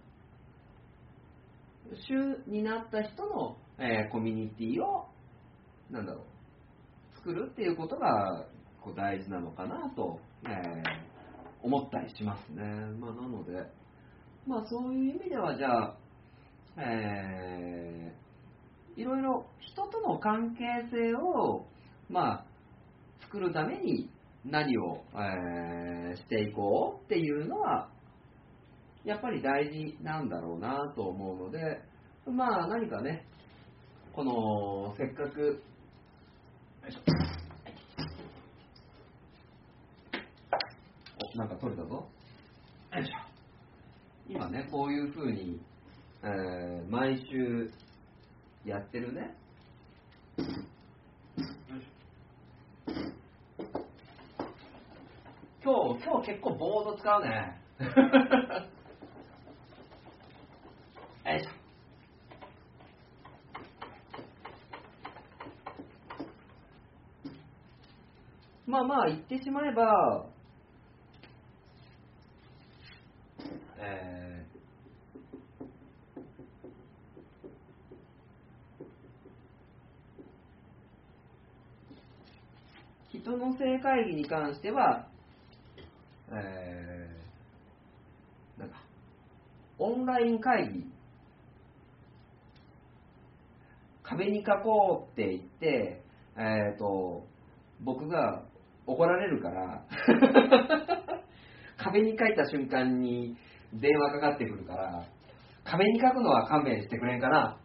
主になった人の、コミュニティを作るっていうことが大事なのかなと、思ったりしますね。なので、そういう意味ではじゃあ、いろいろ人との関係性を作るために何を、していこうっていうのはやっぱり大事なんだろうなと思うので、何かね、このせっかくなんか取れたぞ。よいしょ。今ね、こういう風に、毎週やってるね。今日結構ボード使うね。よいしょ。言ってしまえば、人の性会議に関しては、オンライン会議、壁に書こうって言って、僕が怒られるから壁に書いた瞬間に電話かかってくるから、壁に書くのは勘弁してくれんかな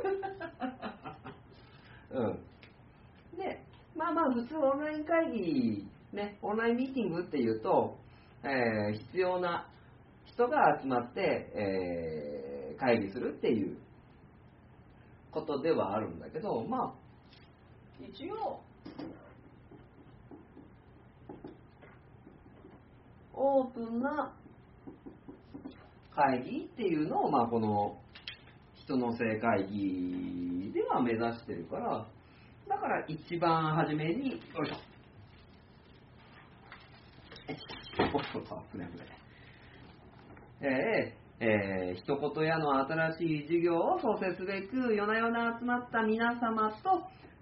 で、普通オンライン会議ね、オンラインミーティングっていうと、必要な人が集まって、会議するっていうことではあるんだけど、一応オープンな会議っていうのを、この人の性会議では目指してるから、だから一番初めに、よいしょ、一言屋の新しい事業を創設すべく夜な夜な集まった皆様と、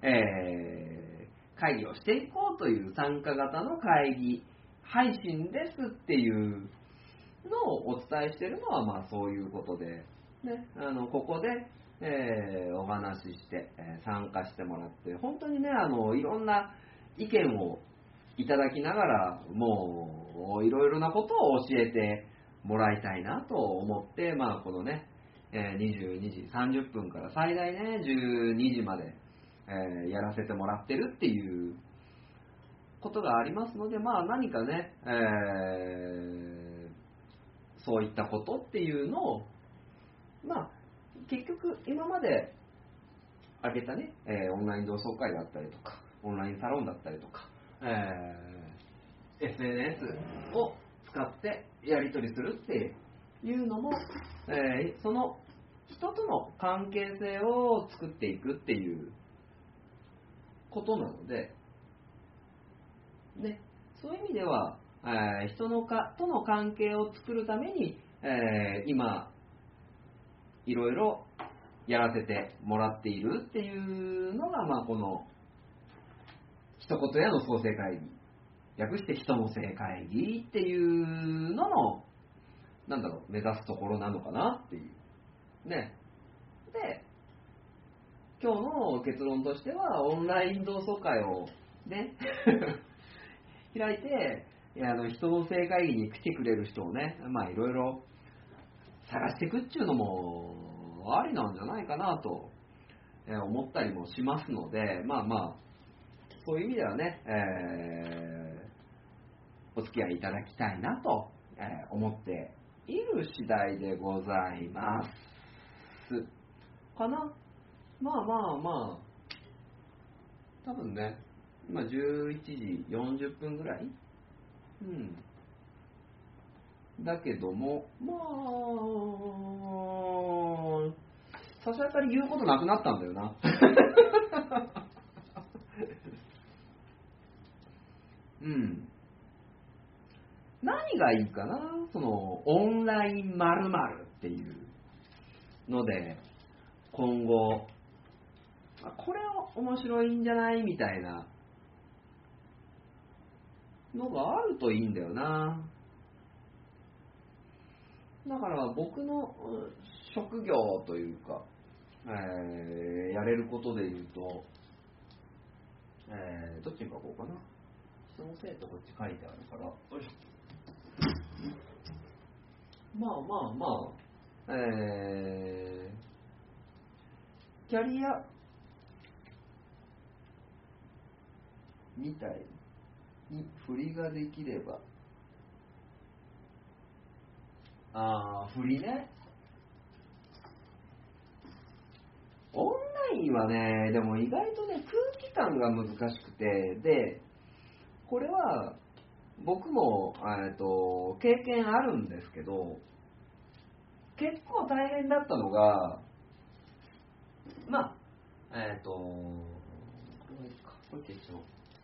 会議をしていこうという参加型の会議配信ですっていうのをお伝えしているのはそういうことで、ね、ここで、お話しして、参加してもらって、本当にね、いろんな意見をいただきながら、もういろいろなことを教えてもらいたいなと思って、このね、22時30分から最大ね12時まで、やらせてもらってるっていうことがありますので、何かね、 そういったことっていうのを、まあ、結局今まで挙げたね、オンライン同窓会だったりとか、オンラインサロンだったりとか、SNS を使ってやり取りするっていうのも、その人との関係性を作っていくっていうことなので、ね、そういう意味では、人との関係を作るために、今いろいろやらせてもらっているっていうのが、まあ、この一言屋の創生会議、略して人の生会議っていうのの目指すところなのかなっていうね。で、今日の結論としては、オンライン同窓会をね開いて、人の生会議に来てくれる人をね、まあいろいろ探していくっていうのもありなんじゃないかなと思ったりもしますので、まあまあそういう意味ではね、お付き合いいただきたいなと思っている次第でございますかな。まあまあまあ、多分ね、今11時40分ぐらい、だけども、まあささやかに言うことなくなったんだよな何がいいかな、そのオンライン〇〇っていうので今後これは面白いんじゃないみたいなのがあるといいんだよな。だから僕の職業というか、やれることでいうと、どっちに書こうかな。人の生徒こっち書いてあるから、よいしょ。まあまあまあ、キャリアみたいに振りができれば、振りね。オンラインはね、でも意外とね、空気感が難しくて、で、これは僕も経験あるんですけど、結構大変だったのが、まあ、これはいいか、これ消しよう。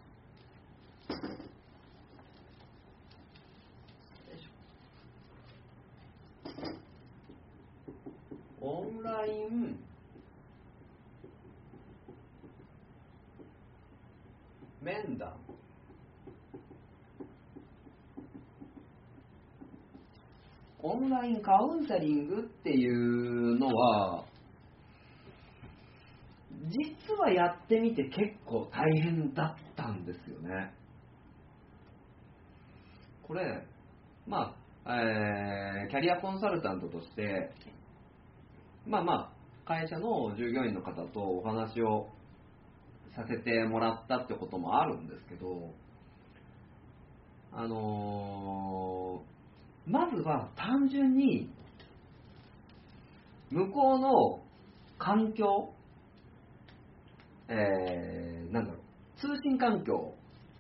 オンライン面談、オンラインカウンセリングっていうのは実はやってみて結構大変だったんですよね。これまあ、キャリアコンサルタントとしてまあまあ会社の従業員の方とお話をさせてもらったってこともあるんですけど、まずは単純に向こうの環境、通信環境、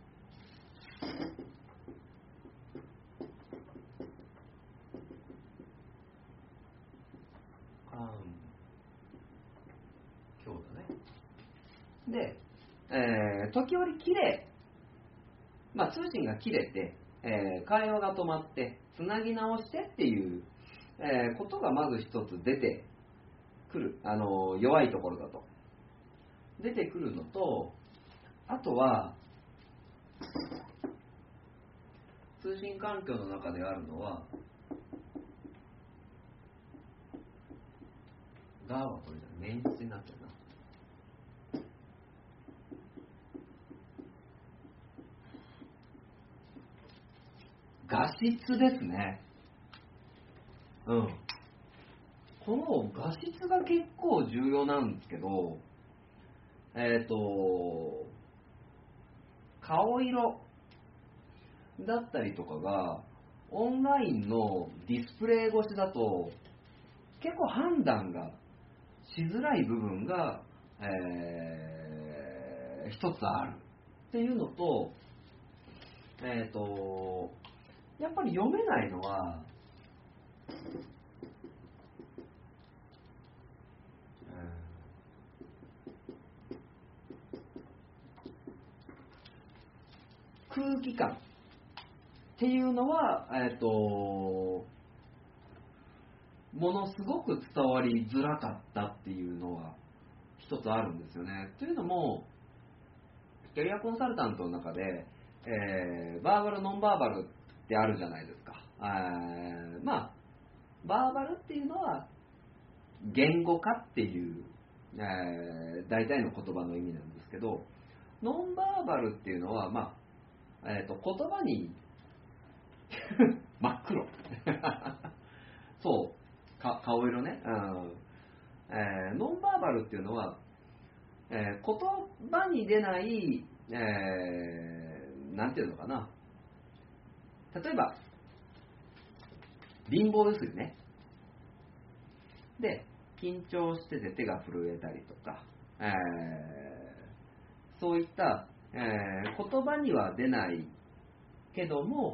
今日だね。で、時折切れ、通信が切れて、会話が止まってつなぎ直してっていう、ことがまず一つ出てくる、弱いところだと出てくるのと、あとは通信環境の中であるのははこれじゃメイン質になってるな。画質ですね。この画質が結構重要なんですけど、顔色だったりとかがオンラインのディスプレイ越しだと結構判断がしづらい部分が、一つあるっていうのと、やっぱり読めないのは、空気感っていうのは、ものすごく伝わりづらかったっていうのは一つあるんですよね。というのも、キャリアコンサルタントの中で、バーバル、ノンバーバルってあるじゃないですか。まあ、バーバルっていうのは言語化っていう、大体の言葉の意味なんですけど、ノンバーバルっていうのは、まあ言葉に真っ黒そう顔色ね、ノンバーバルっていうのは、言葉に出ない、なんていうのかな、例えば貧乏ゆすりね、で緊張してて手が震えたりとか、そういった、言葉には出ないけども、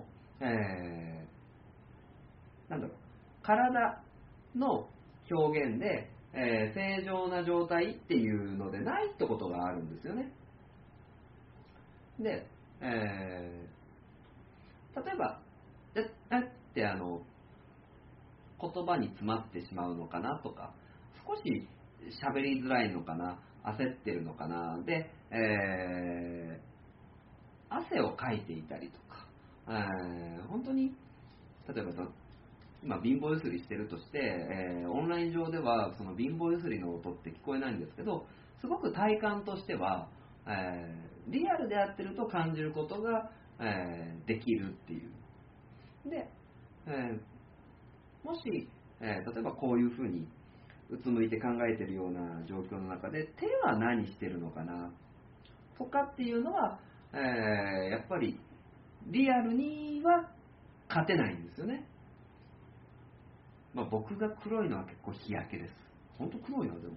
なんだろう、体の表現で、正常な状態っていうのでないってことがあるんですよね。で、例えばって言葉に詰まってしまうのかなとか、少し喋りづらいのかな、焦ってるのかな、で、汗をかいていたりとか、本当に例えば今貧乏ゆすりしてるとして、オンライン上ではその貧乏ゆすりの音って聞こえないんですけど、すごく体感としては、リアルでやってると感じることが、できるっていう。で、もし、例えばこういうふうにうつむいて考えてるような状況の中で手は何してるのかなとかっていうのは、やっぱりリアルには勝てないんですよね。まあ、僕が黒いのは結構日焼けです。本当黒いな、でも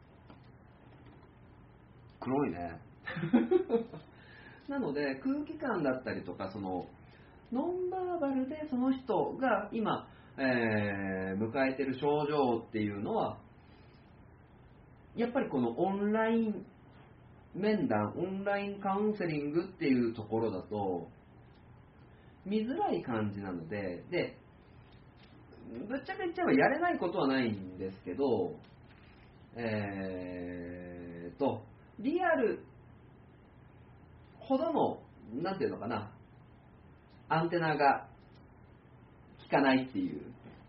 黒いねなので空気感だったりとか、そのノンバーバルでその人が今、迎えてる症状っていうのは、やっぱりこのオンライン面談、オンラインカウンセリングっていうところだと見づらい感じなので、ぶっちゃけ言っちゃえばやれないことはないんですけど、リアルほどの、なんていうのかな、アンテナが効かないっていう。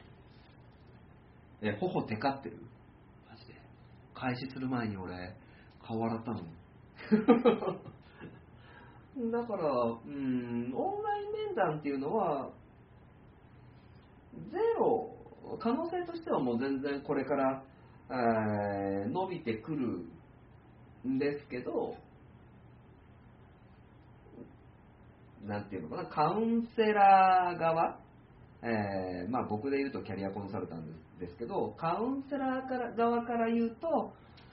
頬テカってるマジで。開始する前に俺顔洗ったのだから、オンライン面談っていうのはゼロ、可能性としてはもう全然これから、伸びてくるんですけど、なんていうのかな、カウンセラー側、まあ僕で言うとキャリアコンサルタントですけど、カウンセラー側から言うと、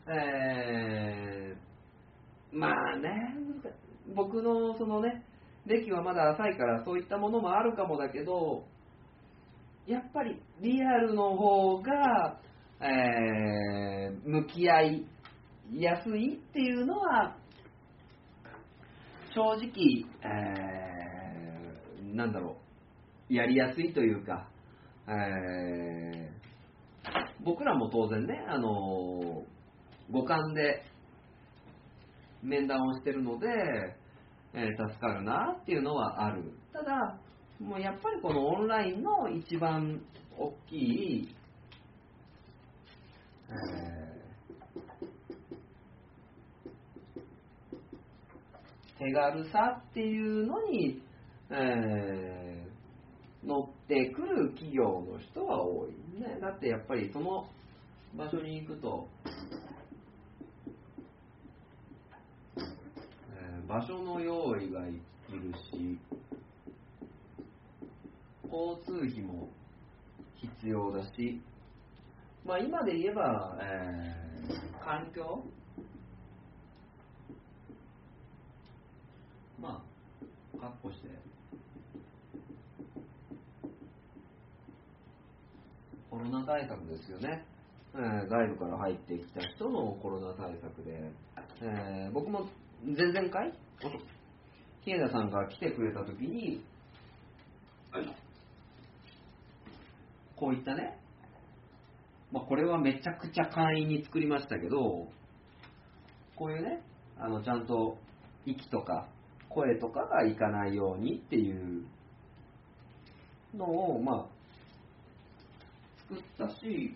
まあね、僕のそのね、歴はまだ浅いからそういったものもあるかもだけど、やっぱりリアルの方が、向き合いやすいっていうのは正直、なんだろう、やりやすいというか、僕らも当然ね、五感で面談をしてるので、助かるなっていうのはある。ただもうやっぱりこのオンラインの一番大きい、手軽さっていうのに、乗ってくる企業の人は多いね。だってやっぱりその場所に行くと、場所の用意がいるし、 交通費も必要だし、まあ今で言えば、環境、まあ確保してコロナ対策ですよね。外部から入ってきた人のコロナ対策で、僕も前々回日枝さんが来てくれた時にこういったね、まあ、これはめちゃくちゃ簡易に作りましたけど、こういうね、ちゃんと息とか声とかがいかないようにっていうのをまあ作ったし、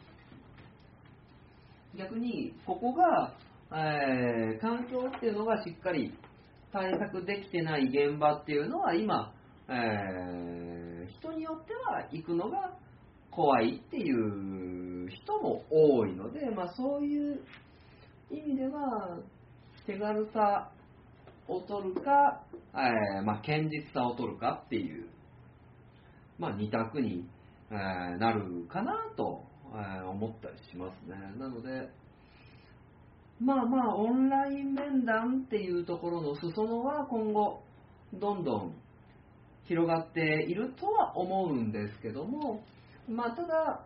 逆にここが、環境っていうのがしっかり対策できてない現場っていうのは今、人によっては行くのが怖いっていう人も多いので、まあ、そういう意味では手軽さを取るか、まあ、堅実さを取るかっていう、まあ、二択に、なるかなと、思ったりしますね。なのでまあまあオンライン面談っていうところの裾野は今後どんどん広がっているとは思うんですけども、まあただ、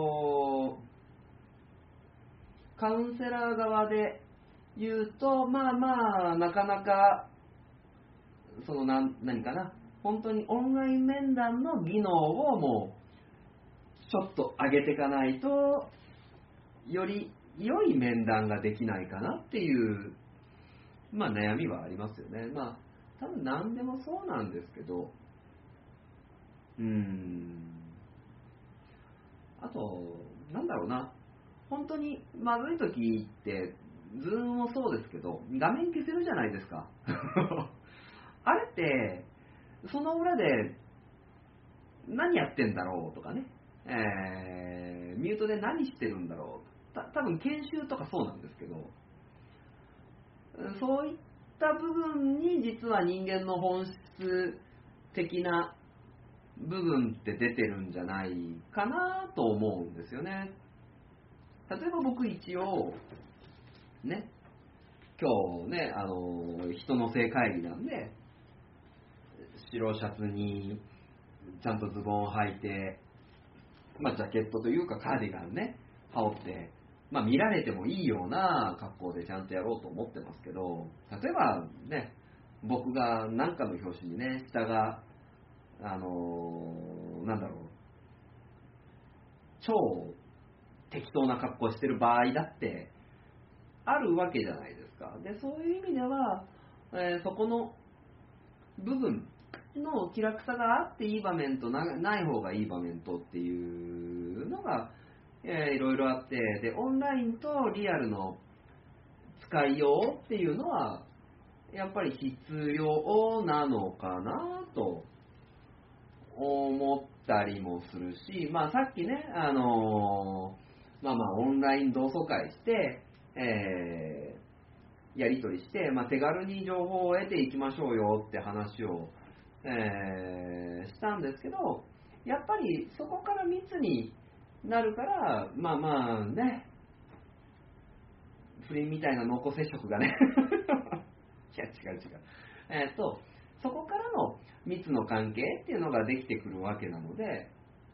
カウンセラー側で言うと、まあまあなかなかその何かな、本当にオンライン面談の技能をもうちょっと上げていかないとより良い面談ができないかなっていう、まあ、悩みはありますよね。まあ多分何でもそうなんですけど、あとなんだろうな、本当にまずい時ってズームもそうですけど画面消せるじゃないですかあれってその裏で何やってんだろうとかね、ミュートで何してるんだろう、多分研修とかそうなんですけど、そういった部分に実は人間の本質的な部分って出てるんじゃないかなと思うんですよね。例えば僕一応ね、今日ね、人の性会議なんで白シャツにちゃんとズボンを履いて、まあ、ジャケットというかカーディガンね羽織って、まあ、見られてもいいような格好でちゃんとやろうと思ってますけど、例えばね、僕が何かの表紙にね、下がなんだろう、超適当な格好してる場合だってあるわけじゃないですか。でそういう意味では、そこの部分の気楽さがあっていい場面とない方がいい場面とっていうのが、いろいろあって、でオンラインとリアルの使いようっていうのはやっぱり必要なのかなと思ったりもするし、まあ、さっきね、まあまあオンライン同窓会して、やり取りして、まあ、手軽に情報を得ていきましょうよって話を、したんですけど、やっぱりそこから密になるから、まあまあね、不倫みたいな濃厚接触がねいや違う違う、そこからの密の関係っていうのができてくるわけなので、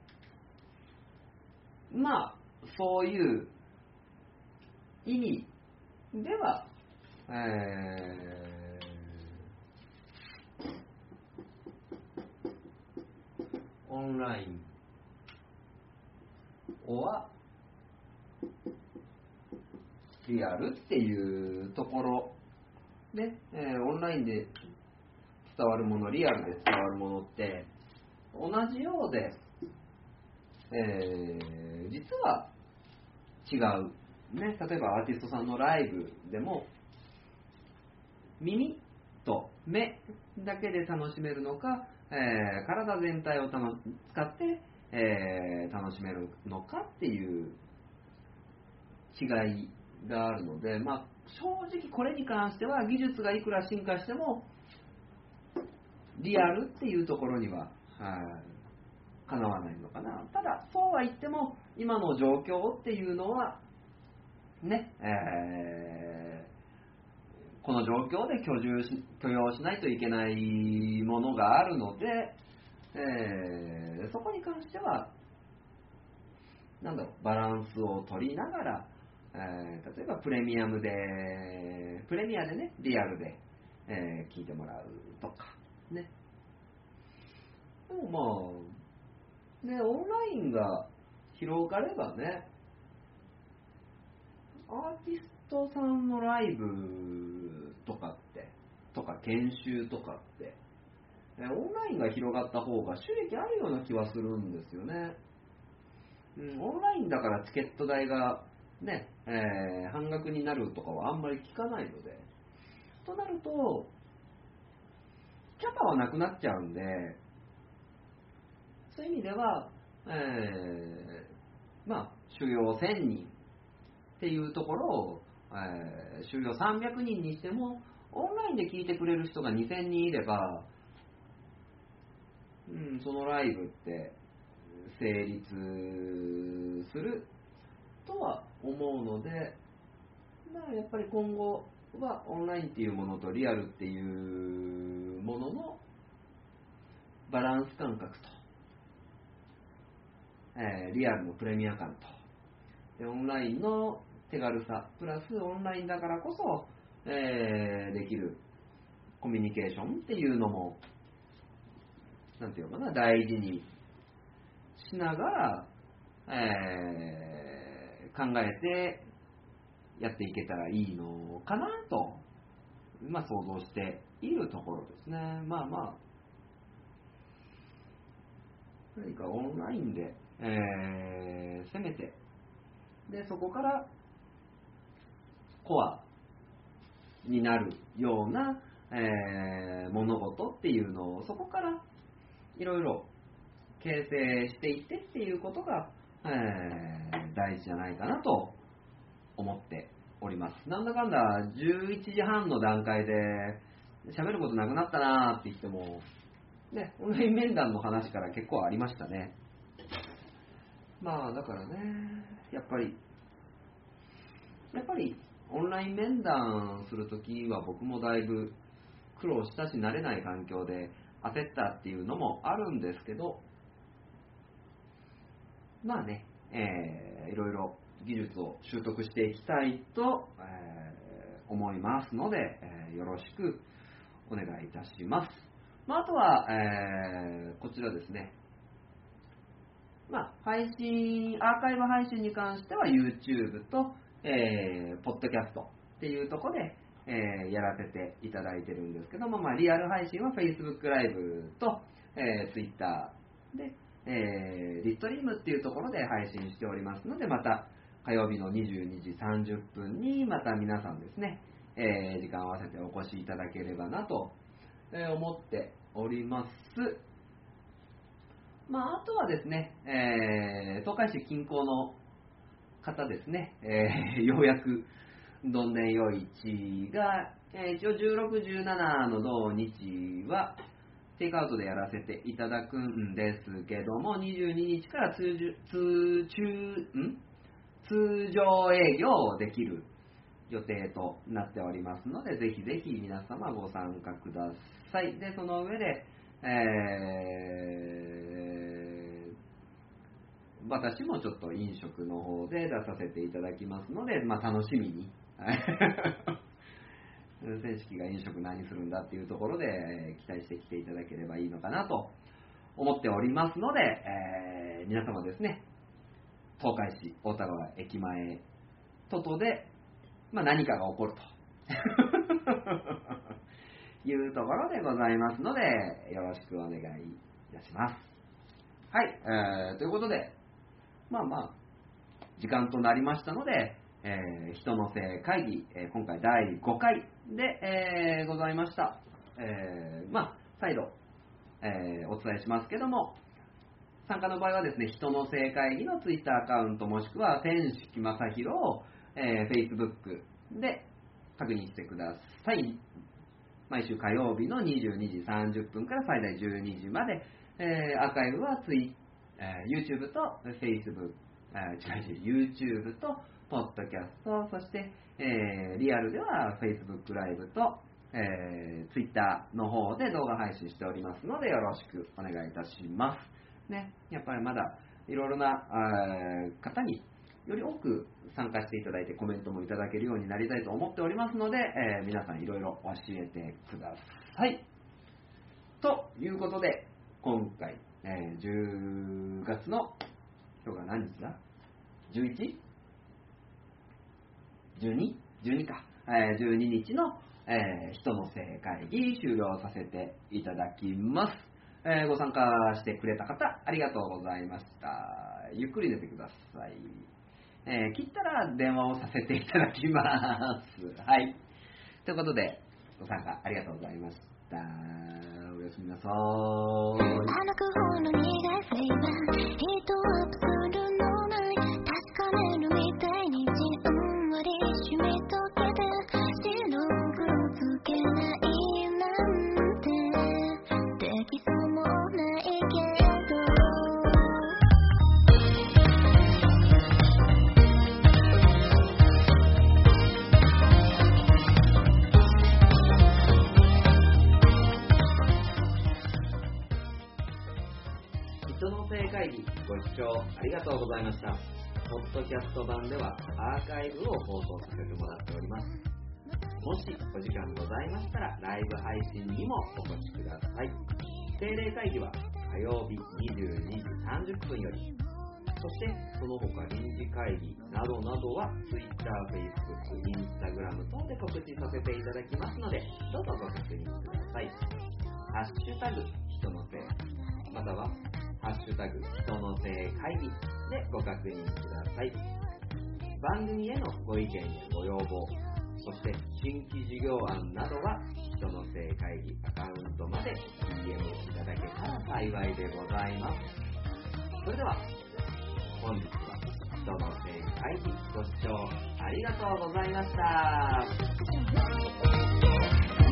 まあそういう意味では、オンラインはリアルっていうところで、オンラインで伝わるもの、リアルで伝わるものって同じようで、実は違う、ね、例えばアーティストさんのライブでも耳と目だけで楽しめるのか、体全体を使って、楽しめるのかっていう違いがあるので、まあ、正直これに関しては技術がいくら進化してもリアルっていうところには、 叶わないのかな。ただそうは言っても今の状況っていうのはね、この状況で許容しないといけないものがあるので、そこに関してはバランスを取りながら、例えばプレミアでね、リアルで、聞いてもらうとかね。でもね、オンラインが広がればね、アーティストさんのライブとか研修とかって、オンラインが広がった方が収益あるような気はするんですよね。オンラインだからチケット代がね、半額になるとかはあんまり聞かないので、となるとキャパはなくなっちゃうんで、そういう意味では、収容1000人っていうところを、収容300人にしてもオンラインで聞いてくれる人が2000人いれば、そのライブって成立するとは思うので、やっぱり今後はオンラインっていうものとリアルっていうもののバランス感覚と、リアルのプレミア感とでオンラインの手軽さプラスオンラインだからこそ、できるコミュニケーションっていうのもなんていうのかな、大事にしながら、考えてやっていけたらいいのかなと、想像しているところですね。何かオンラインで、攻めて、でそこからコアになるような、物事っていうのをそこからいろいろ形成していってっていうことが、大事じゃないかなと思っております。なんだかんだ11時半の段階で喋ることなくなったなって言ってもね、オンライン面談の話から結構ありましたね。だからね、やっぱりオンライン面談するときは僕もだいぶ苦労したし慣れない環境で焦ったっていうのもあるんですけど、いろいろ技術を習得していきたいと、思いますので、よろしくお願いいたします。あとは、こちらですね、配信アーカイブ配信に関しては YouTube と、ポッドキャストっていうところで、やらせていただいてるんですけども、リアル配信は Facebook ライブと、Twitter で、リストリームっていうところで配信しておりますので、また火曜日の22時30分にまた皆さんですね、時間を合わせてお越しいただければなと思っております。あとはですね、東海市近郊の方ですね、ようやくどんでんよいちが、一応16、17の同日はテイクアウトでやらせていただくんですけども、22日から通常営業できる予定となっておりますので、ぜひぜひ皆様ご参加ください。で、その上で、私もちょっと飲食の方で出させていただきますので、楽しみに選手が飲食何するんだっていうところで期待してきていただければいいのかなと思っておりますので、皆様ですね、東海市大田川駅前等々で、何かが起こるというところでございますので、よろしくお願いいたします。はい、ということで時間となりましたので、人のせ会議、今回第5回で、ございました。再度、お伝えしますけども、参加の場合はですね、人のせ会議のツイッターアカウントもしくは天式正宏を、Facebook で確認してください。毎週火曜日の22時30分から最大12時まで、アーカイブはツイッ YouTube と Facebook、YouTube とポッドキャスト、そして、リアルでは Facebook ライブと、Twitter の方で動画配信しておりますのでよろしくお願いいたします。ね、やっぱりまだいろいろな方により多く参加していただいてコメントもいただけるようになりたいと思っておりますので、皆さんいろいろ教えてください。ということで、今回、10月の、今日が何日だ 11?12 か、12日の、人の性会議終了させていただきます。ご参加してくれた方ありがとうございました。ゆっくり寝てください。切ったら電話をさせていただきます。はい。ということで、ご参加ありがとうございました。おやすみなさーい。ご視聴ありがとうございました。ポッドキャスト版ではアーカイブを放送させてもらっております。もしお時間ございましたらライブ配信にもお越しください。定例会議は火曜日22時30分より、そしてその他臨時会議などなどは Twitter、Facebook、Instagram 等で告知させていただきますので、どうぞご確認ください。ハッシュタグ人のせい、またはハッシュタグ人のせい会議でご確認ください。番組へのご意見やご要望、そして新規事業案などは人のせい会議アカウントまで DM いただけたら幸いでございます。それでは本日は人のせい会議ご視聴ありがとうございました。